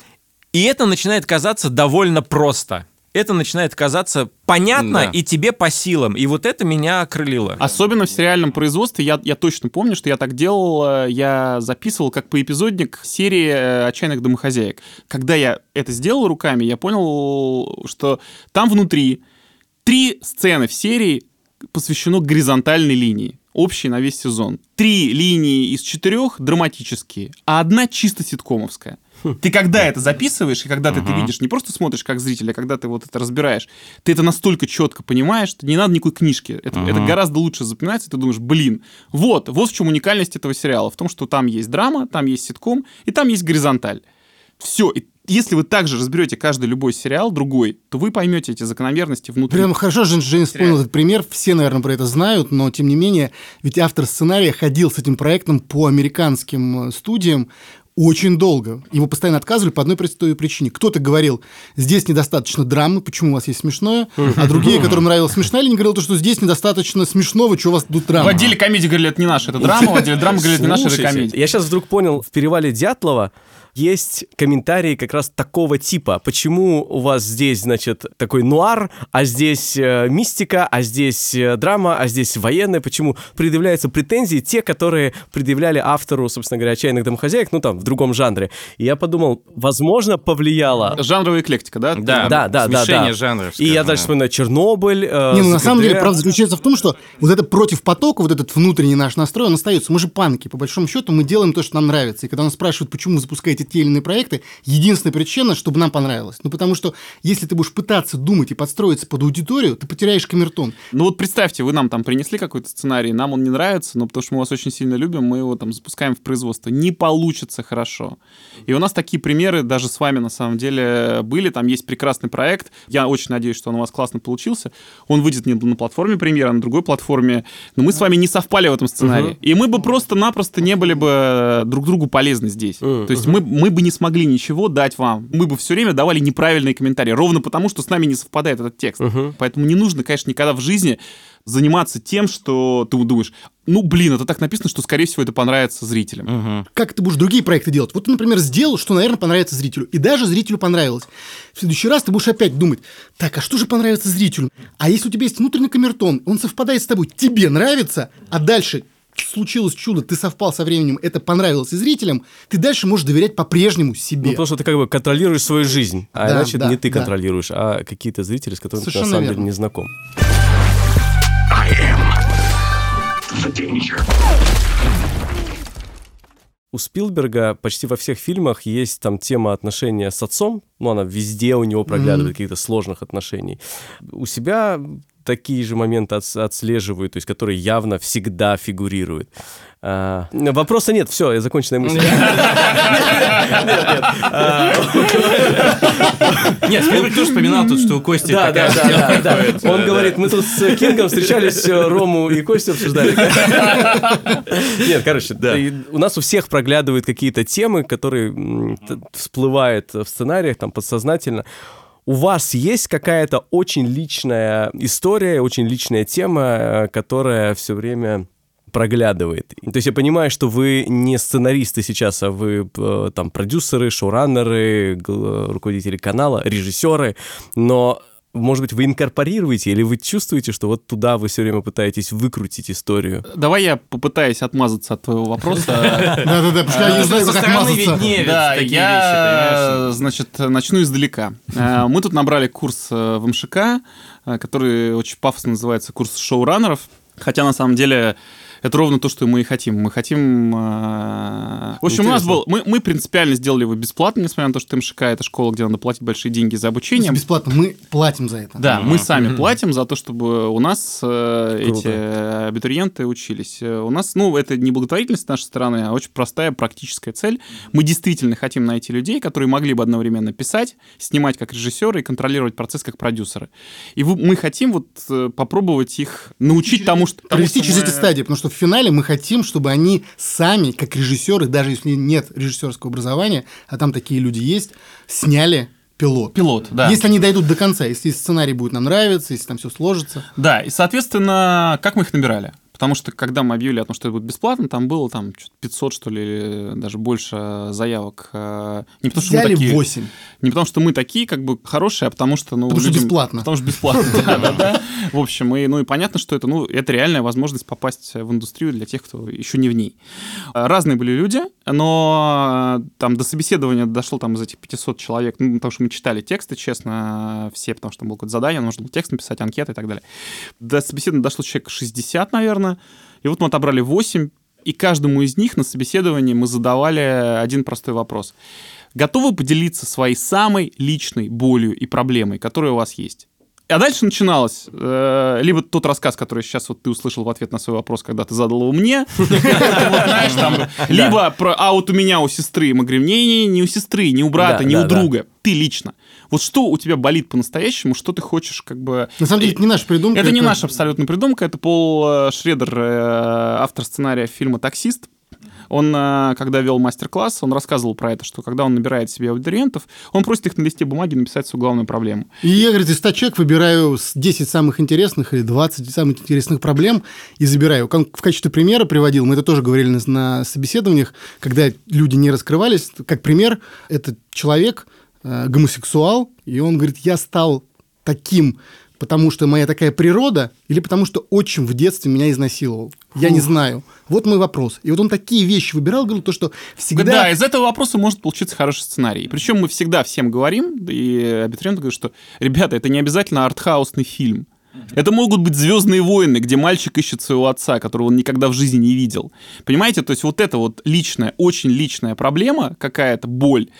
И это начинает казаться довольно просто. Это начинает казаться понятно да. и тебе по силам. И вот это меня окрылило. Особенно в сериальном производстве. Я, я точно помню, что я так делал. Я записывал как поэпизодник серии «Отчаянных домохозяек». Когда я это сделал руками, я понял, что там внутри три сцены в серии посвящено горизонтальной линии. Общей на весь сезон. Три линии из четырех драматические, а одна чисто ситкомовская. Ты когда это записываешь, и когда ты uh-huh. это видишь, не просто смотришь как зритель, а когда ты вот это разбираешь, ты это настолько четко понимаешь, что не надо никакой книжки. Это, uh-huh. это гораздо лучше запоминается, и ты думаешь, блин, вот, вот в чем уникальность этого сериала. В том, что там есть драма, там есть ситком, и там есть горизонталь. Все. И если вы также разберете каждый любой сериал, другой, то вы поймете эти закономерности внутри. Прям хорошо, Жень, Жень вспомнил этот пример. Все, наверное, про это знают, но, тем не менее, ведь автор сценария ходил с этим проектом по американским студиям очень долго. Его постоянно отказывали по одной простой причине. Кто-то говорил, здесь недостаточно драмы, почему у вас есть смешное, а другие, которым нравилась смешная линия, говорили, что здесь недостаточно смешного, что у вас тут драма. В отделе комедии говорили, это не наше, это драма, в отделе драмы говорили, это не наша, это комедия. Я сейчас вдруг понял, в «Перевале Дятлова» есть комментарии как раз такого типа. Почему у вас здесь, значит, такой нуар, а здесь э, мистика, а здесь э, драма, а здесь военная? Почему предъявляются претензии те, которые предъявляли автору, собственно говоря, «Отчаянных домохозяек», ну там, в другом жанре. И я подумал, возможно, повлияло... Жанровая эклектика, да? Да, да, да. Смешение да, да. жанров. И я дальше вспоминаю «Чернобыль». Э, Не, ну на самом деле, правда заключается в том, что вот это против потока, вот этот внутренний наш настрой, он остается. Мы же панки. По большому счету мы делаем то, что нам нравится. И когда нас спрашивают, почему вы запускаете те или иные проекты, единственная причина, чтобы нам понравилось. Ну, потому что если ты будешь пытаться думать и подстроиться под аудиторию, ты потеряешь камертон. Ну, вот представьте, вы нам там принесли какой-то сценарий, нам он не нравится, но потому что мы вас очень сильно любим, мы его там запускаем в производство. Не получится хорошо. И у нас такие примеры даже с вами, на самом деле, были. Там есть прекрасный проект. Я очень надеюсь, что он у вас классно получился. Он выйдет не на платформе премьера, а на другой платформе. Но мы с вами не совпали в этом сценарии. Uh-huh. И мы бы просто-напросто не были бы друг другу полезны здесь. Uh-huh. То есть мы, мы бы не смогли ничего дать вам. Мы бы все время давали неправильные комментарии, ровно потому, что с нами не совпадает этот текст. Uh-huh. Поэтому не нужно, конечно, никогда в жизни заниматься тем, что ты думаешь, ну, блин, это так написано, что, скорее всего, это понравится зрителям. Uh-huh. Как ты будешь другие проекты делать? Вот ты, например, сделал, что, наверное, понравится зрителю. И даже зрителю понравилось. В следующий раз ты будешь опять думать, так, а что же понравится зрителю? А если у тебя есть внутренний камертон, он совпадает с тобой, тебе нравится, а дальше... случилось чудо, ты совпал со временем, это понравилось и зрителям, ты дальше можешь доверять по-прежнему себе. Ну, потому что ты как бы контролируешь свою жизнь, а да, иначе да, не ты да. контролируешь, а какие-то зрители, с которыми совершенно ты на самом верно. деле не знаком. I am the danger. У Спилберга почти во всех фильмах есть там тема отношения с отцом, ну, она везде у него проглядывает, mm-hmm. каких-то сложных отношений. У себя такие же моменты отс- отслеживают, то есть которые явно всегда фигурируют. А, вопроса нет, все, я законченная мысль. Нет, нет. Нет, Спилберг тоже вспоминал тут, что у Кости Да, да, такая да, тема да, ходит. да. Он говорит, мы тут с Кингом встречались, Рому и Костю обсуждали. Нет, короче, и у нас у всех проглядывают какие-то темы, которые м, т- всплывают в сценариях, там, подсознательно. У вас есть какая-то очень личная история, очень личная тема, э, которая все время проглядывает. То есть я понимаю, что вы не сценаристы сейчас, а вы э, там продюсеры, шоураннеры, г- руководители канала, режиссеры, но, может быть, вы инкорпорируете или вы чувствуете, что вот туда вы все время пытаетесь выкрутить историю? Давай я попытаюсь отмазаться от твоего вопроса. Да-да-да, потому что я не знаю, Со как стороны отмазаться. виднее Да, такие я, вещи, значит, начну издалека. Э, Мы тут набрали курс э, в МШК, э, который очень пафосно называется курс шоураннеров, хотя на самом деле это ровно то, что мы и хотим. Мы хотим... э, В общем, у нас Интересно. был... Мы, мы принципиально сделали его бесплатно, несмотря на то, что МШК — это школа, где надо платить большие деньги за обучение. Бесплатно, мы платим за это. Да, мы сами платим за то, чтобы у нас э, Круто. эти абитуриенты учились. Э, У нас, ну, это не благотворительность с нашей стороны, а очень простая практическая цель. Мы действительно хотим найти людей, которые могли бы одновременно писать, снимать как режиссеры и контролировать процесс как продюсеры. И вы- мы хотим вот э, попробовать их научить тому, что... тому, Провести что через мы- эти стадии, потому что в финале мы хотим, чтобы они сами, как режиссеры, даже если нет режиссерского образования, а там такие люди есть, сняли пилот. Пилот, да. Если они дойдут до конца, если сценарий будет нам нравиться, если там все сложится. Да, и, соответственно, как мы их набирали? Потому что, когда мы объявили о том, что это будет бесплатно, там было там что-то пятьсот, что ли, или даже больше заявок. Э, Не потому, что мы Взяли такие... восемь. Не потому, что мы такие, как бы, хорошие, а потому что, ну, Потому что людям- бесплатно. Потому что бесплатно, да-да-да. В общем, и, ну, и понятно, что это, ну, это реальная возможность попасть в индустрию для тех, кто еще не в ней. Разные были люди, но там до собеседования дошло там из этих пятисот человек, ну, потому что мы читали тексты, честно, все, потому что там было какое-то задание, нужно было текст написать, анкеты и так далее. До собеседования дошло человек шестьдесят, наверное, и вот мы отобрали восемь, и каждому из них на собеседовании мы задавали один простой вопрос. Готовы поделиться своей самой личной болью и проблемой, которая у вас есть? А дальше начиналось э, либо тот рассказ, который сейчас вот ты услышал в ответ на свой вопрос, когда ты задал его мне, вот знаешь, там, либо про, а вот у меня, у сестры. Мы говорим, не-не, не у сестры, не у брата, Да, не да, у да. друга, ты лично. Вот что у тебя болит по-настоящему, что ты хочешь как бы... На самом деле, это не наша придумка. Это не наша абсолютно придумка, это Пол э, Шредер, э, автор сценария фильма «Таксист». Он, э, когда вел мастер-класс, он рассказывал про это, что когда он набирает себе абитуриентов, он просит их на листе бумаги написать свою главную проблему. И я, говорит, из ста человек выбираю с десять самых интересных или двадцать самых интересных проблем и забираю. Как- В качестве примера приводил, мы это тоже говорили на, на собеседованиях, когда люди не раскрывались. Как пример, это человек, э, гомосексуал, и он говорит, я стал таким, потому что моя такая природа, или потому что отчим в детстве меня изнасиловал. Я не знаю. Вот мой вопрос. И вот он такие вещи выбирал, говорил, то, что всегда... Да, из этого вопроса может получиться хороший сценарий. И причем мы всегда всем говорим, и абитуриенты говорят, что, ребята, это не обязательно артхаусный фильм. Это могут быть «Звездные войны», где мальчик ищет своего отца, которого он никогда в жизни не видел. Понимаете? То есть вот эта вот личная, очень личная проблема, какая-то боль,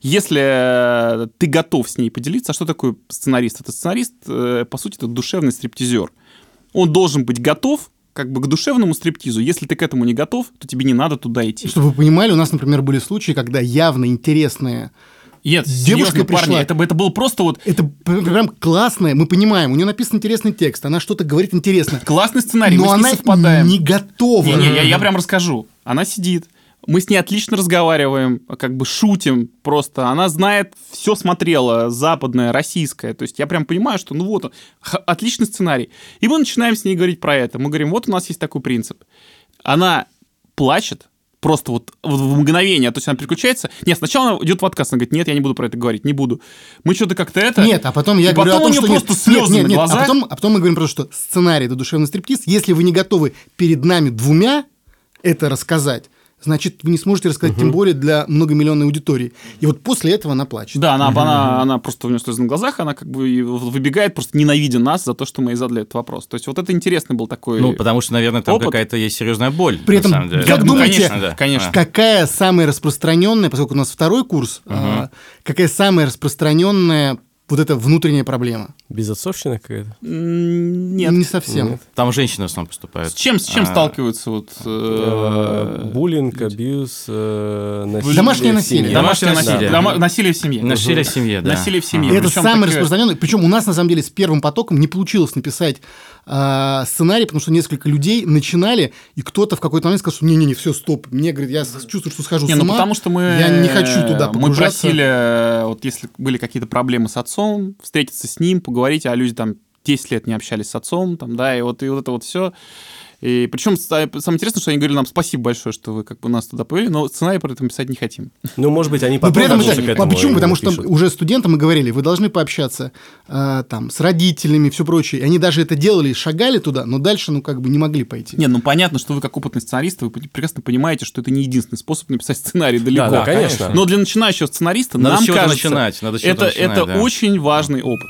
если ты готов с ней поделиться, а что такое сценарист? Это сценарист, э, по сути, это душевный стриптизер. Он должен быть готов как бы к душевному стриптизу. Если ты к этому не готов, то тебе не надо туда идти. Чтобы вы понимали, у нас, например, были случаи, когда явно интересные... Нет, Девушка серьезно, парни, пришла. это, это было просто вот Это п- прям классное, мы понимаем, у нее написан интересный текст, она что-то говорит интересно. классный сценарий, Но мы с она ней совпадаем. не готова. Не-не, я, я прям расскажу. Она сидит, мы с ней отлично разговариваем, как бы шутим просто. Она знает, все смотрела, западное, российское. То есть я прям понимаю, что ну вот он, х- отличный сценарий. И мы начинаем с ней говорить про это. Мы говорим, вот у нас есть такой принцип. Она плачет, просто вот в в мгновение, то есть она переключается. Нет, сначала она идет в отказ, она говорит, нет, я не буду про это говорить, не буду. Мы что-то как-то это... Нет, а потом я И говорю потом о том, у неё что нет, просто слезы нет, на нет, глазах. А потом, а потом мы говорим про то, что сценарий — это душевный стриптиз. Если вы не готовы перед нами двумя это рассказать, значит, вы не сможете рассказать, тем более для многомиллионной аудитории. И вот после этого она плачет. Да, она, она, она просто у нее слезы на глазах, она как бы и выбегает, просто ненавидя нас за то, что мы ей задали этот вопрос. То есть вот это интересный был такой... Ну, потому что, наверное, там опыт. какая-то есть серьезная боль. При на этом, самом деле. как Ну, думаете, конечно, да. конечно. какая самая распространенная, поскольку у нас второй курс, а, какая самая распространенная вот эта внутренняя проблема? Безотцовщина какая-то? Нет. Не совсем. Нет. Там женщины в основном поступают. С чем, с чем А, сталкиваются? Вот, э, Буллинг, абьюз, э, насилие. Домашнее в насилие. семье. Домашнее насилие. насилие. Дома- насилие в семье. Насилие в семье, да. Насилие в И семье. это Причем самый такое- распространенный. Причем у нас, на самом деле, с первым потоком не получилось написать а, сценарий, потому что несколько людей начинали, и кто-то в какой-то момент сказал, что не-не-не, все, стоп. Мне, говорит, я чувствую, что схожу Не, с ну ума. потому что мы... Я не хочу туда Мы погружаться. просили, вот если были какие-то проблемы с отцом, встретиться с ним, поговорить, а люди там десять лет не общались с отцом, там, да, и вот, и вот это вот все. И причем самое интересное, что они говорили нам спасибо большое, что вы как бы нас туда повели, но сценарий про это писать не хотим. Ну, может быть, они Но потом при этом вернутся это- к а этому почему? и Потому что напишут. уже студентам мы говорили, вы должны пообщаться э, там с родителями, все прочее. И они даже это делали, шагали туда, но дальше, ну, как бы не могли пойти. Не, ну понятно, что вы как опытный сценарист, вы прекрасно понимаете, что это не единственный способ написать сценарий далеко. Да, да, конечно. Но для начинающего сценариста, Надо нам с чего-то кажется, начинать, надо с чего-то это, начинать, это да. очень важный опыт.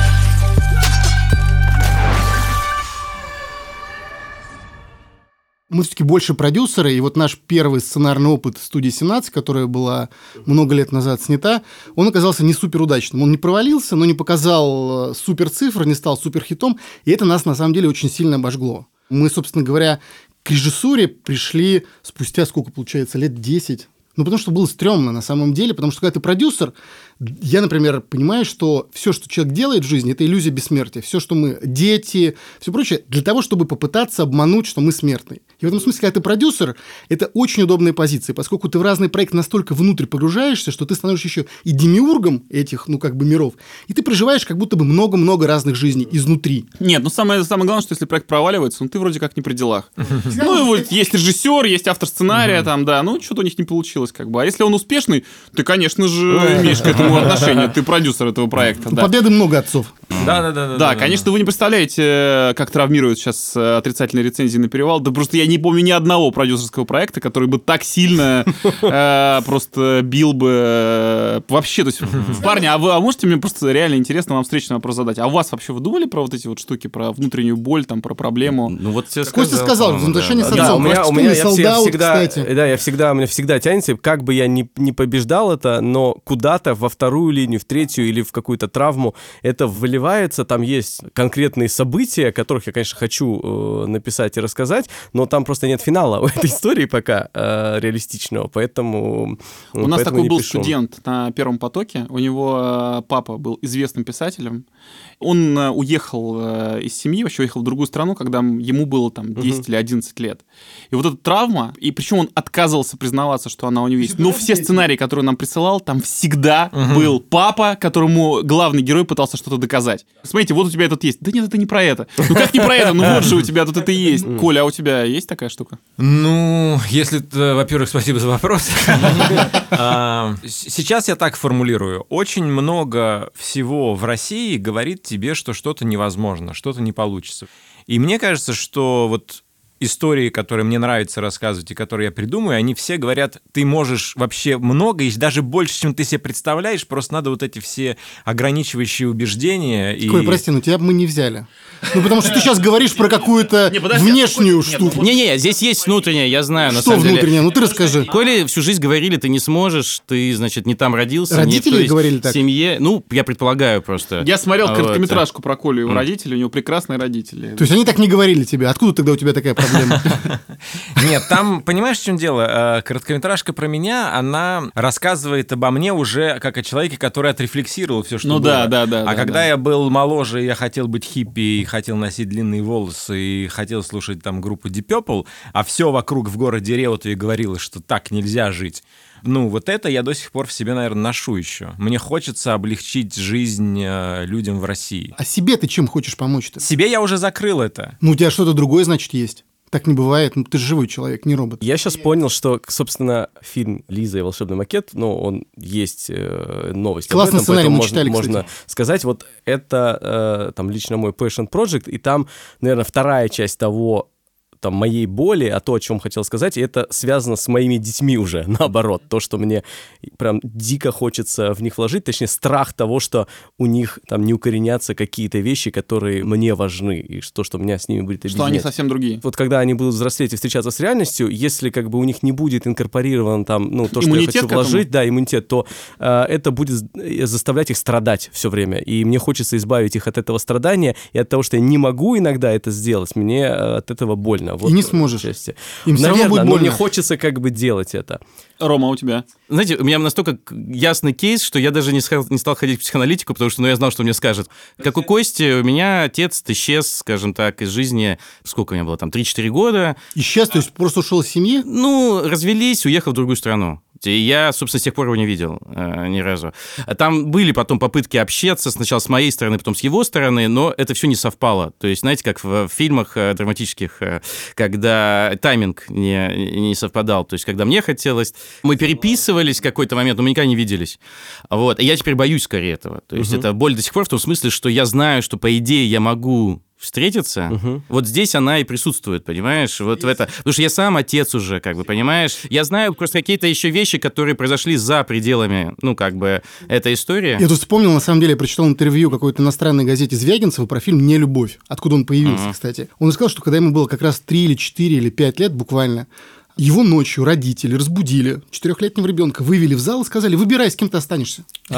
Мы все-таки больше продюсеры, и вот наш первый сценарный опыт студии семнадцать, которая была много лет назад снята, он оказался не супер удачным. Он не провалился, но не показал э, супер цифр, не стал супер хитом, и это нас на самом деле очень сильно обожгло. Мы, собственно говоря, к режиссуре пришли спустя, сколько получается, лет десять. Ну, потому что было стрёмно на самом деле, потому что когда ты продюсер, я, например, понимаю, что все, что человек делает в жизни, это иллюзия бессмертия. Все, что мы дети, все прочее, для того, чтобы попытаться обмануть, что мы смертны. И в этом смысле, когда ты продюсер, это очень удобная позиция, поскольку ты в разные проекты настолько внутрь погружаешься, что ты становишься еще и демиургом этих, ну, как бы миров, и ты проживаешь как будто бы много-много разных жизней изнутри. Нет, ну самое, самое главное, что если проект проваливается, ну ты вроде как не при делах. Ну и вот есть режиссер, есть автор сценария, там, да, ну что-то у них не получилось, как бы. А если он успешный, ты, конечно же, имеешь к этому отношение, ты продюсер этого проекта, У да. Победы много отцов. Да-да-да. Да, конечно, вы не представляете, как травмируют сейчас э, отрицательные рецензии на «Перевал». Да просто я не помню ни одного продюсерского проекта, который бы так сильно э, просто бил бы э, вообще. То есть, парни, а вы а можете мне просто реально интересно вам встречный вопрос задать? А у вас вообще вы думали про вот эти вот штуки, про внутреннюю боль, там, про проблему? Ну вот тебе Костя сказал, по-моему, взаимоотношения да. с Да, отцом. у меня, у Костя меня я, sold все- out, всегда, кстати. да, я всегда, у меня всегда тянется, как бы я не, не побеждал это, но куда-то во вторую линию, в третью или в какую-то травму это выливается, там есть конкретные события, о которых я, конечно, хочу э, написать и рассказать, но там просто нет финала у этой истории пока э, реалистичного, поэтому У нас поэтому такой не был пишу. студент на первом потоке. У него э, папа был известным писателем. Он э, уехал э, из семьи, вообще уехал в другую страну, когда м- ему было там десять или одиннадцать лет. И вот эта травма, и причем он отказывался признаваться, что она у него есть. Но все сценарии, которые он нам присылал, там всегда был папа, которому главный герой пытался что-то доказать. Смотрите, вот у тебя этот есть. Да нет, это не про это. Ну как не про это? Ну вот же у тебя тут это есть. Коля, а у тебя есть такая штука? Ну, если, э, во-первых, спасибо за вопрос. А, с- Сейчас я так формулирую. Очень много всего в России говорит тебе, что что-то невозможно, что-то не получится. И мне кажется, что вот истории, которые мне нравится рассказывать и которые я придумаю, они все говорят, ты можешь вообще много, и даже больше, чем ты себе представляешь, просто надо вот эти все ограничивающие убеждения. И... Коль, прости, но тебя бы мы не взяли. Ну, потому что ты сейчас говоришь про какую-то Не, подожди, внешнюю нет, штуку. Не-не, здесь есть внутреннее, я знаю, на Что самом деле. внутреннее? Ну, ты расскажи. Коле всю жизнь говорили, ты не сможешь, ты, значит, не там родился. Родители не в той говорили так? семье. Ну, я предполагаю просто. Я смотрел Вот. короткометражку про Колю и его родителей, у него прекрасные родители. То есть они так не говорили тебе. Откуда тогда у тебя такая проблема? Нет, там, понимаешь, в чем дело? Э, Короткометражка про меня, она рассказывает обо мне уже как о человеке, который отрефлексировал все, что Ну было. да, да, да, А да, когда да. я был моложе, я хотел быть хиппи, и хотел носить длинные волосы, и хотел слушать там группу Deep Purple, а все вокруг в городе Реутове говорило, что так нельзя жить. Ну, вот это я до сих пор в себе, наверное, ношу еще. Мне хочется облегчить жизнь э, людям в России. А себе ты чем хочешь помочь-то? Себе я уже закрыл это. Ну, у тебя что-то другое, значит, есть. Так не бывает. Ну, ты же живой человек, не робот. Я сейчас понял, что, собственно, фильм «Лиза и волшебный макет», ну, он есть э, новость. об Классный этом, сценарий, поэтому мы можно, читали, можно кстати. сказать, вот это э, там лично мой passion project, и там, наверное, вторая часть того, там, моей боли, а то, о чем хотел сказать, это связано с моими детьми уже, наоборот. То, что мне прям дико хочется в них вложить, точнее, страх того, что у них там не укоренятся какие-то вещи, которые мне важны, и то, что меня с ними будет объединять. Что они совсем другие. Вот когда они будут взрослеть и встречаться с реальностью, если как бы у них не будет инкорпорировано там, ну, то, что иммунитет я хочу вложить, да, иммунитет, то э, это будет заставлять их страдать все время. И мне хочется избавить их от этого страдания, и от того, что я не могу иногда это сделать, мне от этого больно. Вот, и не сможешь. Части. Им все равно будет больно. Но мне хочется как бы делать это. Рома, у тебя? Знаете, у меня настолько ясный кейс, что я даже не, сход, не стал ходить в психоаналитику, потому что ну, я знал, что мне скажет. Как у Кости, у меня отец исчез, скажем так, из жизни, сколько у меня было, там, три-четыре года. Исчез, то есть просто ушел из семьи? Ну, развелись, уехал в другую страну. И я, собственно, с тех пор его не видел э, ни разу. Там были потом попытки общаться, сначала с моей стороны, потом с его стороны, но это все не совпало. То есть, знаете, как в, в фильмах э, драматических, э, когда тайминг не, не совпадал. То есть, когда мне хотелось... Мы переписывались в какой-то момент, но мы никогда не виделись. Вот. И я теперь боюсь скорее этого. То есть, угу. это боль до сих пор в том смысле, что я знаю, что, по идее, я могу... встретиться, угу. вот здесь она и присутствует, понимаешь, вот в это, потому что я сам отец уже, как бы, понимаешь, я знаю просто какие-то еще вещи, которые произошли за пределами, ну, как бы, этой истории. Я тут вспомнил, на самом деле, я прочитал интервью какой-то иностранной газете Звягинцева про фильм «Нелюбовь», откуда он появился, uh-huh. кстати. Он сказал, что когда ему было как раз три или четыре или пять лет буквально, его ночью родители разбудили четырехлетнего ребенка, вывели в зал и сказали: выбирай, с кем ты останешься.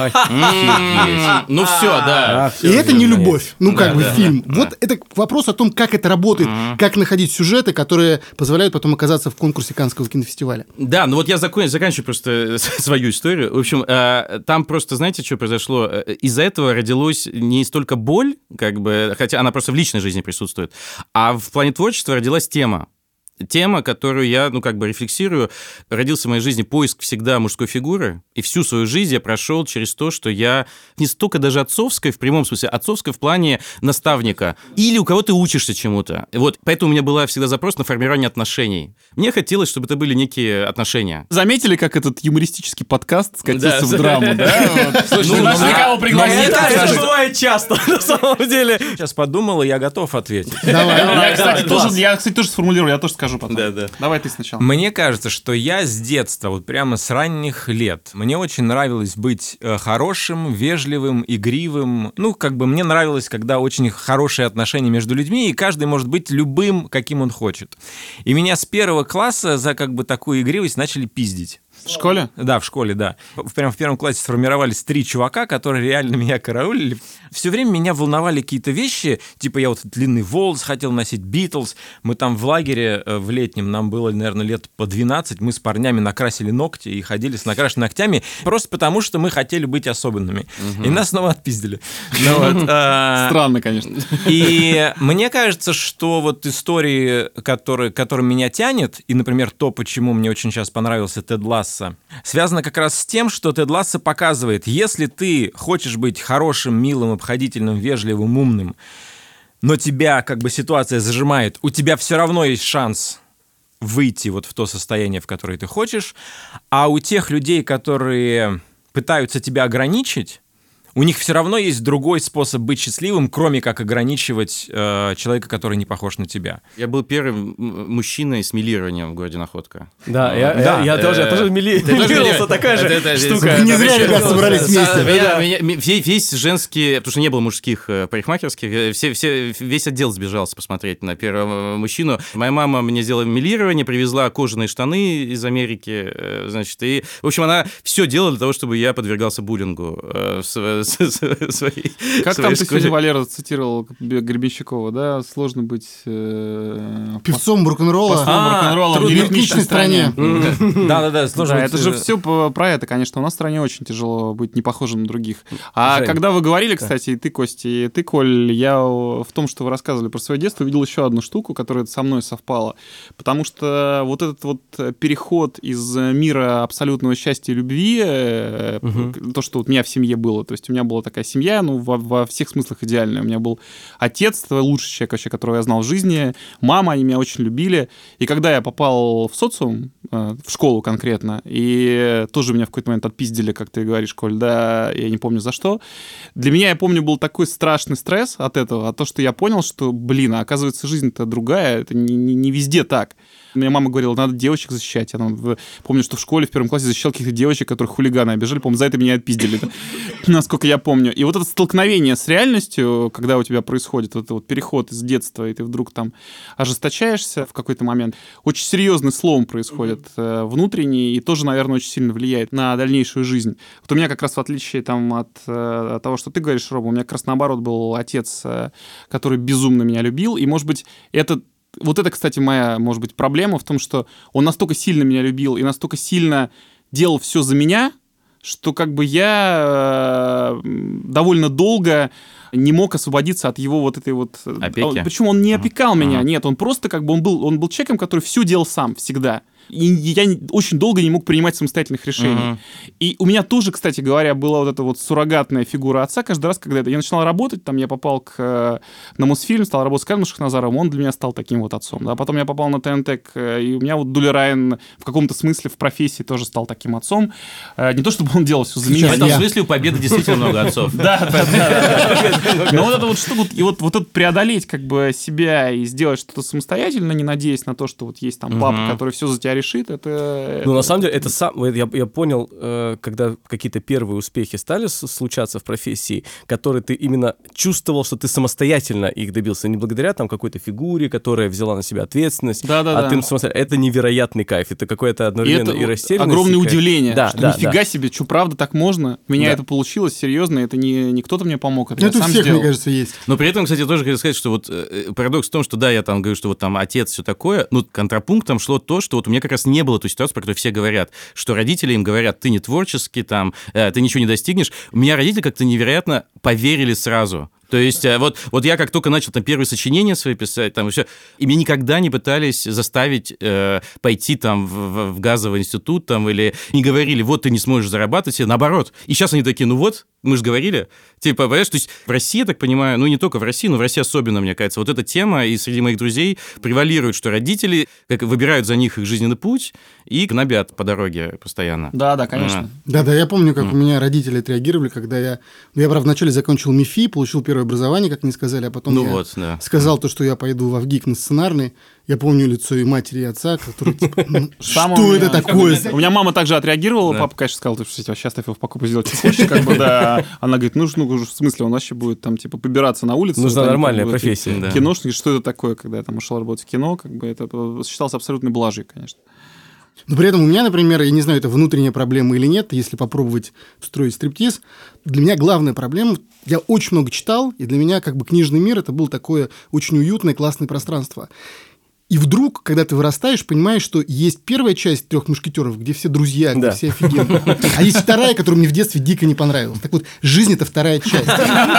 Ну все, да. И это не любовь, ну как бы фильм. Вот это вопрос о том, как это работает, как находить сюжеты, которые позволяют потом оказаться в конкурсе Каннского кинофестиваля. Да, ну вот я заканчиваю просто свою историю. В общем, там просто, знаете, что произошло? Из-за этого родилась не столько боль, как бы, хотя она просто в личной жизни присутствует, а в плане творчества родилась тема. Тема, которую я, ну, как бы рефлексирую, родился в моей жизни поиск всегда мужской фигуры, и всю свою жизнь я прошел через то, что я не столько даже отцовской, в прямом смысле, отцовской в плане наставника, или у кого ты учишься чему-то. Вот, поэтому у меня был всегда запрос на формирование отношений. Мне хотелось, чтобы это были некие отношения. Заметили, как этот юмористический подкаст скатился в драму, да? Слушай, нашли кого пригласить. Это бывает часто, на самом деле. Сейчас подумал, и я готов ответить. Давай. Я, кстати, тоже сформулирую, я тоже скажу. Потом. Да, да. Давай ты сначала. Мне кажется, что я с детства, вот прямо с ранних лет, мне очень нравилось быть хорошим, вежливым, игривым. Ну, как бы мне нравилось, когда очень хорошие отношения между людьми, и каждый может быть любым, каким он хочет. И меня с первого класса за как бы такую игривость начали пиздить. В школе? Да, в школе, да. Прямо в первом классе сформировались три чувака, которые реально меня караулили. Все время меня волновали какие-то вещи, типа я вот длинный волос хотел носить, Битлз. Мы там в лагере в летнем, нам было, наверное, лет по двенадцать, мы с парнями накрасили ногти и ходили с накрашенными ногтями, просто потому что мы хотели быть особенными. Угу. И нас снова отпиздили. Странно, конечно. И мне кажется, что вот истории, которые меня тянет, и, например, то, почему мне очень сейчас понравился Тед Лассо, связано как раз с тем, что Тед Лассо показывает, если ты хочешь быть хорошим, милым, обходительным, вежливым, умным, но тебя как бы ситуация зажимает, у тебя все равно есть шанс выйти вот в то состояние, в которое ты хочешь, а у тех людей, которые пытаются тебя ограничить, у них все равно есть другой способ быть счастливым, кроме как ограничивать э, человека, который не похож на тебя. Я был первым мужчиной с милированием в городе Находка. Да, я, да. я, я тоже, я тоже мили... милировался, такая же это, это, штука. Это, не зря ребят собрались вместе. Меня, меня, весь женский, потому что не было мужских парикмахерских, все, все, весь отдел сбежался посмотреть на первого мужчину. Моя мама мне сделала милирование, привезла кожаные штаны из Америки, значит, и, в общем, она все делала для того, чтобы я подвергался буллингу в своей... Как там ты сегодня, Валера, цитировал Гребенщикова, да? Сложно быть... Певцом рок-н-ролла. Певцом рок-н-ролла в неритмичной стране. Да-да-да, сложно быть... Это же все про это, конечно. У нас в стране очень тяжело быть не похожим на других. А когда вы говорили, кстати, и ты, Костя, и ты, Коль, я в том, что вы рассказывали про свое детство, увидел еще одну штуку, которая со мной совпала. Потому что вот этот вот переход из мира абсолютного счастья и любви, то, что у меня в семье было, то есть у меня меня была такая семья, ну, во, во всех смыслах идеальная. У меня был отец, лучший человек вообще, которого я знал в жизни, мама, они меня очень любили. И когда я попал в социум, в школу конкретно, и тоже меня в какой-то момент отпиздили, как ты говоришь, Коль, да, я не помню за что. Для меня, я помню, был такой страшный стресс от этого, от того, что я понял, что, блин, а оказывается, жизнь-то другая, это не, не, не везде так. Мне мама говорила, надо девочек защищать. Я там, помню, что в школе в первом классе защищал каких-то девочек, которых хулиганы обижали. По-моему, за это меня отпиздили, насколько я помню. И вот это столкновение с реальностью, когда у тебя происходит вот этот вот переход из детства, и ты вдруг там ожесточаешься в какой-то момент, очень серьезный слом происходит mm-hmm. внутренний, и тоже, наверное, очень сильно влияет на дальнейшую жизнь. Вот у меня как раз, в отличие там, от, от того, что ты говоришь, Рома, у меня как раз наоборот был отец, который безумно меня любил, и, может быть, это Вот это, кстати, моя, может быть, проблема в том, что он настолько сильно меня любил и настолько сильно делал все за меня, что как бы я довольно долго не мог освободиться от его вот этой вот... Опеки? Причем он не опекал ага. меня, нет, он просто как бы, он был, он был человеком, который все делал сам, всегда. И я очень долго не мог принимать самостоятельных решений. Uh-huh. И у меня тоже, кстати говоря, была вот эта вот суррогатная фигура отца. Каждый раз, когда я начинал работать, там я попал к, на Мосфильм, стал работать с Камилом Шахназаровым, он для меня стал таким вот отцом. Да? Потом я попал на ТНТ, и у меня вот Дуля Райан в каком-то смысле в профессии тоже стал таким отцом. Не то, чтобы он делал все за меня. В этом смысле у Победы действительно много отцов. Да, да, да. Но вот это вот штука, и вот это преодолеть как бы себя и сделать что-то самостоятельно, не надеясь на то, что вот есть там папа, который все за тебя решит, это... Ну, на самом деле, это сам... Я, я понял, э, когда какие-то первые успехи стали случаться в профессии, которые ты именно чувствовал, что ты самостоятельно их добился, не благодаря там какой-то фигуре, которая взяла на себя ответственность, да, да, а да. ты самостоятельно... Это невероятный кайф, это какое-то одновременно и, и растерянность. Огромное и удивление, да, что да, нифига да. себе, что правда так можно? У меня да. это получилось, серьезно, это не, не кто-то мне помог, это, это я сам всех, сделал. мне кажется, есть. Но при этом, кстати, я тоже хочу сказать, что вот э, парадокс в том, что да, я там говорю, что вот там отец, все такое, но контрапунктом шло то, что вот у меня как раз не было той ситуации, про которую все говорят, что родители им говорят, ты не творческий, там, э, ты ничего не достигнешь. У меня родители как-то невероятно поверили сразу. То есть вот, вот я как только начал там первые сочинения свои писать, там и все, и меня никогда не пытались заставить э, пойти там в, в газовый институт там, или не говорили, вот ты не сможешь зарабатывать, наоборот. И сейчас они такие, ну вот, мы же говорили. Типа, понимаешь, то есть в России, я так понимаю, ну не только в России, но в России особенно, мне кажется, вот эта тема, и среди моих друзей превалирует, что родители как, выбирают за них их жизненный путь и гнобят по дороге постоянно. Да, да, конечно. Да-да, я помню, как Mm. у меня родители отреагировали, когда я... Ну, я, правда, вначале закончил МИФИ, получил первое образование, как они сказали, а потом ну я вот, да. сказал то, что я пойду в ВГИК на сценарный. Я помню лицо и матери, и отца, которые типа, ну, Сам что меня- это такое? У меня мама также отреагировала, Да. папа, конечно, сказал, ты что, сейчас его в покупку сделать, что хочешь, как бы, да. Она говорит, ну, ну, в смысле, он вообще будет там, типа, побираться на улице. Нужна вот они нормальная там будут профессия. и Да. Киношник, что это такое, когда я там ушел работать в кино, как бы, это считалось абсолютной блажей, конечно. Но при этом у меня, например, я не знаю, это внутренняя проблема или нет, если попробовать строить стриптиз, для меня главная проблема, я очень много читал, и для меня как бы книжный мир это было такое очень уютное, классное пространство. И вдруг, когда ты вырастаешь, понимаешь, что есть первая часть «Трех мушкетеров», где все друзья, где Да. все офигенные. А есть вторая, которая мне в детстве дико не понравилась. Так вот, жизнь – это вторая часть.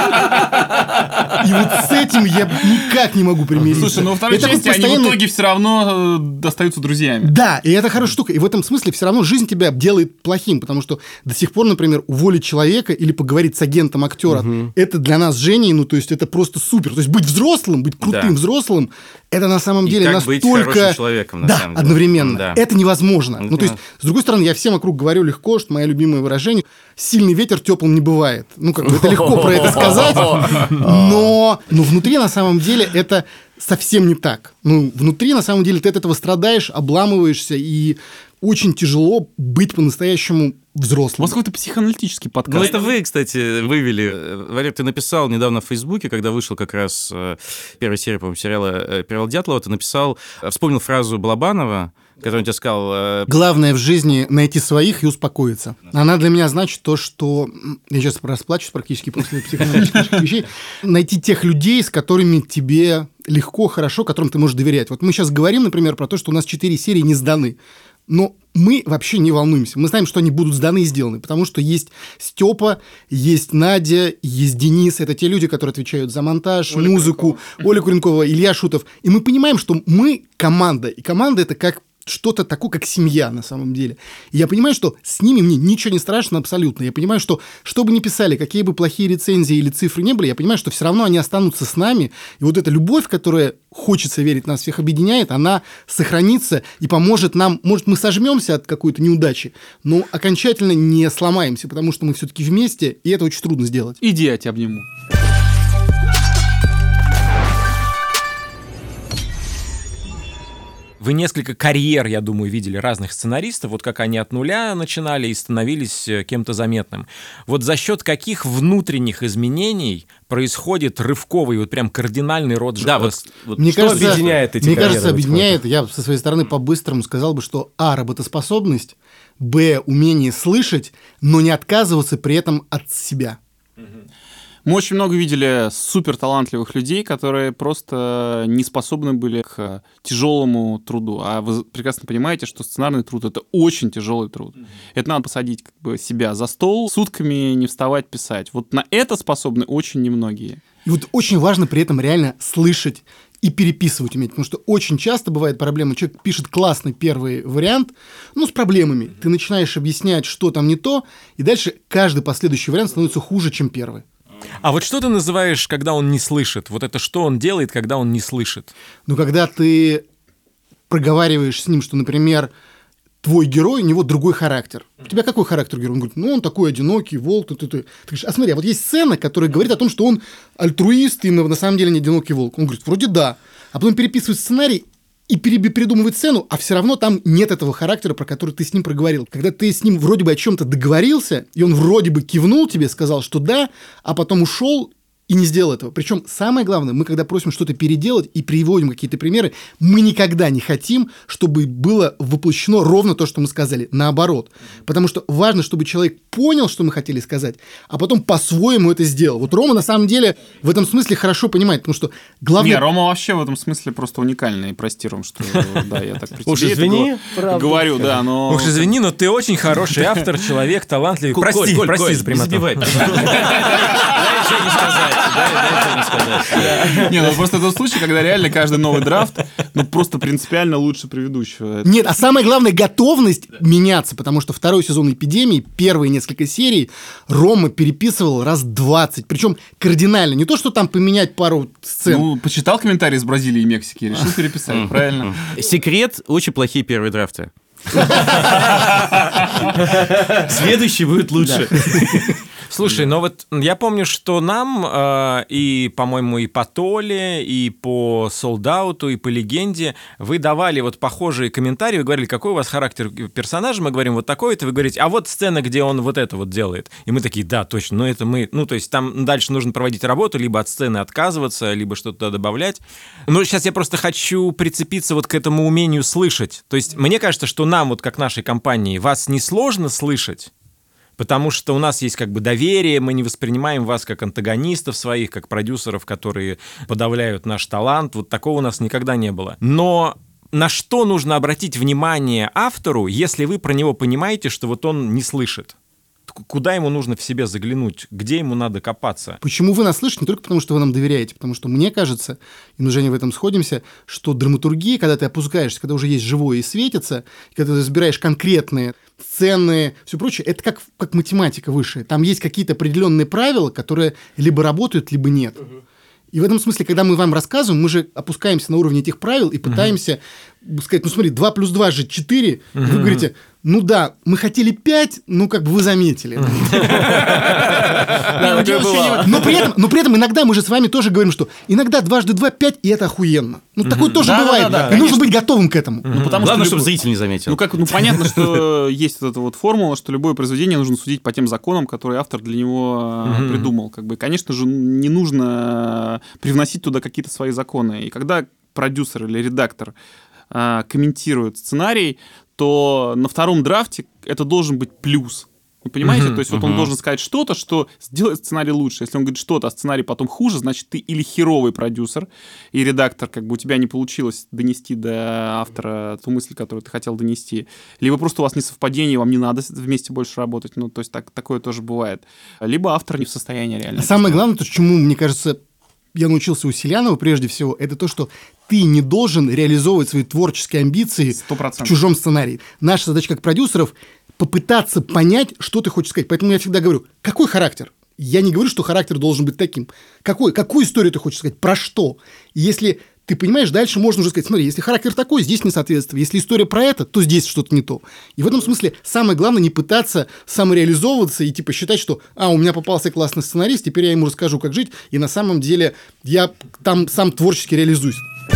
И вот с этим я никак не могу примириться. Слушай, ну во второй Это части такой они в постоянный- итоге все равно э, остаются друзьями. Да, и это хорошая штука. И в этом смысле все равно жизнь тебя делает плохим, потому что до сих пор, например, уволить человека или поговорить с агентом актера, это для нас с Женей, ну, то есть это просто супер. То есть быть взрослым, быть крутым Да. взрослым, это на самом И деле как быть настолько... хорошим человеком, на да, самом деле. одновременно. Да. Это невозможно. Ну, Ну, то есть, с другой стороны, я всем вокруг говорю легко, что мое любимое выражение «сильный ветер теплым не бывает». Ну, как бы это легко про это сказать, но, но внутри на самом деле это совсем не так. Ну, внутри на самом деле ты от этого страдаешь, обламываешься, и очень тяжело быть по-настоящему У взрослым. вас какой-то психоаналитический подкаст. Ну, это вы, кстати, вывели. Э, Валер, ты написал недавно в Фейсбуке, когда вышел как раз э, первая серия, по-моему, сериала э, «Перевал Дятлова», ты написал, э, вспомнил фразу Балабанова, который он тебе сказал... э, Главное в жизни найти своих и успокоиться. Она для меня значит то, что... м, Я сейчас расплачусь практически после психоаналитических вещей. Найти тех людей, с которыми тебе легко, хорошо, которым ты можешь доверять. Вот мы сейчас говорим, например, про то, что у нас четыре серии не сданы. Но мы вообще не волнуемся. Мы знаем, что они будут сданы и сделаны, потому что есть Степа, есть Надя, есть Денис. Это те люди, которые отвечают за монтаж, Оля музыку, Оля Куренкова, Илья Шутов. И мы понимаем, что мы команда. И команда – это как что-то такое, как семья на самом деле. И я понимаю, что с ними мне ничего не страшно абсолютно. Я понимаю, что что бы ни писали, какие бы плохие рецензии или цифры не были, я понимаю, что все равно они останутся с нами. И вот эта любовь, которая, хочется верить, нас всех объединяет, она сохранится и поможет нам. Может, мы сожмемся от какой-то неудачи, но окончательно не сломаемся, потому что мы все-таки вместе, и это очень трудно сделать. Иди, я тебя обниму. Вы несколько карьер, я думаю, видели разных сценаристов, вот как они от нуля начинали и становились кем-то заметным. Вот за счет каких внутренних изменений происходит рывковый, вот прям кардинальный рост... Да, вот, вот мне что кажется, объединяет эти Мне карьеры, кажется, объединяет, я со своей стороны по-быстрому сказал бы, что а, работоспособность, б, умение слышать, но не отказываться при этом от себя. Мы очень много видели суперталантливых людей, которые просто не способны были к тяжелому труду. А вы прекрасно понимаете, что сценарный труд — это очень тяжелый труд. Mm-hmm. Это надо посадить как бы себя за стол, сутками не вставать, писать. Вот на это способны очень немногие. И вот очень важно при этом реально слышать и переписывать уметь, потому что очень часто бывает проблема, человек пишет классный первый вариант, ну, с проблемами. Ты начинаешь объяснять, что там не то, и дальше каждый последующий вариант становится хуже, чем первый. А вот что ты называешь, когда он не слышит? Вот это что он делает, когда он не слышит? Ну, когда ты проговариваешь с ним, что, например, твой герой, у него другой характер. У тебя какой характер героя? Он говорит, ну, он такой одинокий, волк. Ты, ты, ты. Ты говоришь, а смотри, а вот есть сцена, которая говорит о том, что он альтруист и на самом деле не одинокий волк. Он говорит, вроде да. А потом переписывает сценарий и придумывает сцену, а все равно там нет этого характера, про который ты с ним проговорил. Когда ты с ним вроде бы о чем-то договорился, и он вроде бы кивнул тебе, сказал, что да, а потом ушел и не сделал этого. Причем самое главное, мы когда просим что-то переделать и приводим какие-то примеры, мы никогда не хотим, чтобы было воплощено ровно то, что мы сказали. Наоборот. Потому что важно, чтобы человек понял, что мы хотели сказать, а потом по-своему это сделал. Вот Рома на самом деле в этом смысле хорошо понимает, потому что главное... Не, Рома вообще в этом смысле просто уникальный. Прости, Ром, что да, я так при тебе Уж извини, правда. говорю, да, но... Уж извини, но ты очень хороший автор, человек, талантливый. Прости, Коль, прости Коль, за прямоту. не забивай, пожалуйста. Дай ничего не сказать. Дай, дай ничего не сказать. Не, ну просто тот случай, когда реально каждый новый драфт, ну просто принципиально лучше предыдущего. Нет, а самое главное, готовность меняться, потому что второй сезон «Эпидемии», первые несколько серий, Рома переписывал раз двадцать, причем кардинально. Не то, что там поменять пару сцен. Ну, почитал комментарии из Бразилии и Мексики, решил переписать, правильно? Секрет — очень плохие первые драфты. Следующий будет лучше. Слушай, но вот я помню, что нам э, и, по-моему, и по Толе, и по Солдауту, и по Легенде вы давали вот похожие комментарии, вы говорили, какой у вас характер персонажа, мы говорим вот такой-то, вы говорите, а вот сцена, где он вот это вот делает. И мы такие, да, точно, ну это мы, ну то есть там дальше нужно проводить работу, либо от сцены отказываться, либо что-то туда добавлять. Но сейчас я просто хочу прицепиться вот к этому умению слышать. То есть мне кажется, что нам, вот как нашей компании, вас не сложно слышать, потому что у нас есть как бы доверие, мы не воспринимаем вас как антагонистов своих, как продюсеров, которые подавляют наш талант. Вот такого у нас никогда не было. Но на что нужно обратить внимание автору, если вы про него понимаете, что вот он не слышит? Куда ему нужно в себе заглянуть? Где ему надо копаться? Почему вы нас слышите? Не только потому, что вы нам доверяете, потому что мне кажется, и мы, Женя, в этом сходимся, что драматургия, когда ты опускаешься, когда уже есть живое и светится, когда ты разбираешь конкретные сцены, все прочее, это как, как математика высшая. Там есть какие-то определенные правила, которые либо работают, либо нет. И в этом смысле, когда мы вам рассказываем, мы же опускаемся на уровень этих правил и пытаемся uh-huh. сказать, ну смотри, два плюс два же четыре. Uh-huh. Вы говорите, ну да, мы хотели пять, ну как бы вы заметили. Но при этом иногда мы же с вами тоже говорим, что иногда дважды два пять, и это охуенно. Ну такое тоже бывает. И нужно быть готовым к этому. Главное, чтобы зритель не заметил. Ну как, ну понятно, что есть вот эта вот формула, что любое произведение нужно судить по тем законам, которые автор для него придумал. Как бы, конечно же, не нужно привносить туда какие-то свои законы. И когда продюсер или редактор а, комментирует сценарий, то на втором драфте это должен быть плюс. Вы понимаете? Uh-huh, То есть uh-huh. вот он должен сказать что-то, что сделает сценарий лучше. Если он говорит что-то, а сценарий потом хуже, значит, ты или херовый продюсер, и редактор, как бы у тебя не получилось донести до автора ту мысль, которую ты хотел донести, либо просто у вас несовпадение, вам не надо вместе больше работать. Ну, то есть так, такое тоже бывает. Либо автор не в состоянии реально. Самое главное, то, чему, мне кажется, я научился у Селянова прежде всего, это то, что ты не должен реализовывать свои творческие амбиции сто процентов. в чужом сценарии. Наша задача как продюсеров — попытаться понять, что ты хочешь сказать. Поэтому я всегда говорю, какой характер? Я не говорю, что характер должен быть таким. Какой? Какую историю ты хочешь сказать? Про что? И если ты понимаешь, дальше можно уже сказать, смотри, если характер такой, здесь несоответствие. Если история про это, то здесь что-то не то. И в этом смысле самое главное не пытаться самореализовываться и типа считать, что а, у меня попался классный сценарист, теперь я ему расскажу, как жить, и на самом деле я там сам творчески реализуюсь.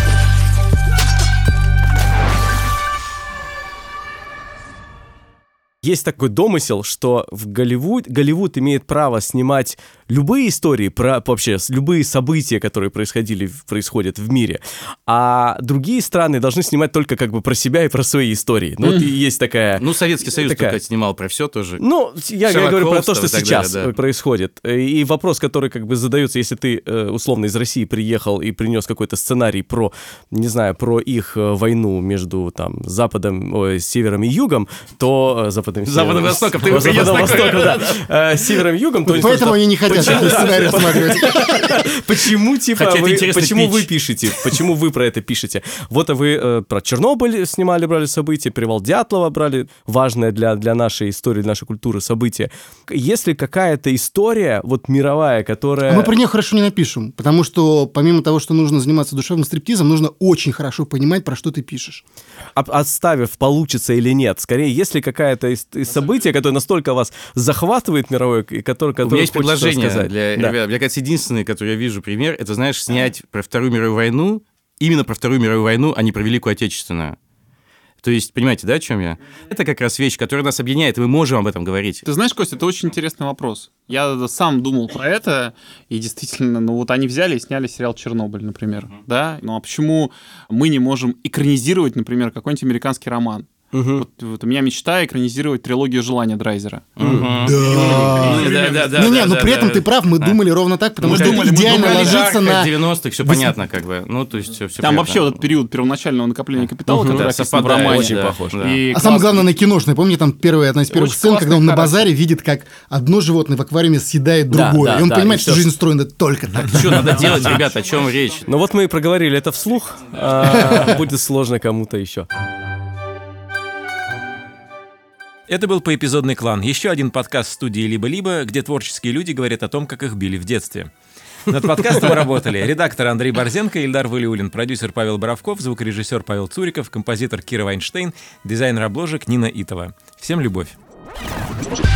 Есть такой домысел, что в Голливуд, Голливуд имеет право снимать любые истории, про, вообще любые события, которые происходили, происходят в мире, а другие страны должны снимать только как бы про себя и про свои истории. Ну, mm. вот есть такая... Ну, Советский Союз такая... только снимал про все тоже. Ну, я, я говорю про то, что сейчас далее, да. происходит. И вопрос, который как бы задается, если ты условно из России приехал и принес какой-то сценарий про, не знаю, про их войну между там Западом, ой, Севером и Югом, то... Западом Западом и Востоком. Ты Западом и Востоком, да. Севером и Югом. Поэтому они не хотят такие сценарии рассматривать. Почему, типа, почему вы пишете? Почему вы про это пишете? Вот вы про Чернобыль снимали, брали события, Перевал Дятлова брали, важное для, для нашей истории, для нашей культуры событие. Если какая-то история, вот мировая, которая... Мы про нее хорошо не напишем, потому что помимо того, что нужно заниматься душевным стриптизом, нужно очень хорошо понимать, про что ты пишешь. Отставив, получится или нет. Скорее, если какая-то из, из события, которое настолько вас захватывает мировое, и которое, которое У меня есть предложение рассказать. для да. ребят. Мне кажется, единственный, который я вижу пример, это, знаешь, снять про Вторую мировую войну, именно про Вторую мировую войну, а не про Великую Отечественную. То есть, понимаете, да, о чем я? Это как раз вещь, которая нас объединяет, и мы можем об этом говорить. Ты знаешь, Костя, это очень интересный вопрос. Я сам думал про это, и действительно, ну вот они взяли и сняли сериал «Чернобыль», например, uh-huh. да? Ну а почему мы не можем экранизировать, например, какой-нибудь американский роман? Uh-huh. Вот, вот у меня мечта экранизировать трилогию «Желания» Драйзера. Uh-huh. Да. Не-не, но при этом ты прав, мы думали ровно так, потому что идеально ложится на... девяностых, все понятно, как бы. Ну, то есть, все Там вообще вот этот период первоначального накопления капитала, который описан в романе. Очень похож. А самое главное, на киношной. Помните, там первая, одна из первых сцен, когда он на базаре видит, как одно животное в аквариуме съедает другое. И он понимает, что жизнь устроена только так. Что надо делать, ребята, о чем речь? Ну вот мы и проговорили это вслух. Будет сложно кому-то еще. Это был «Поэпизодный клан», еще один подкаст студии «Либо-либо», где творческие люди говорят о том, как их били в детстве. Над подкастом работали редактор Андрей Борзенко, Ильдар Валиуллин, продюсер Павел Боровков, звукорежиссер Павел Цуриков, композитор Кира Вайнштейн, дизайнер обложек Нина Итова. Всем любовь!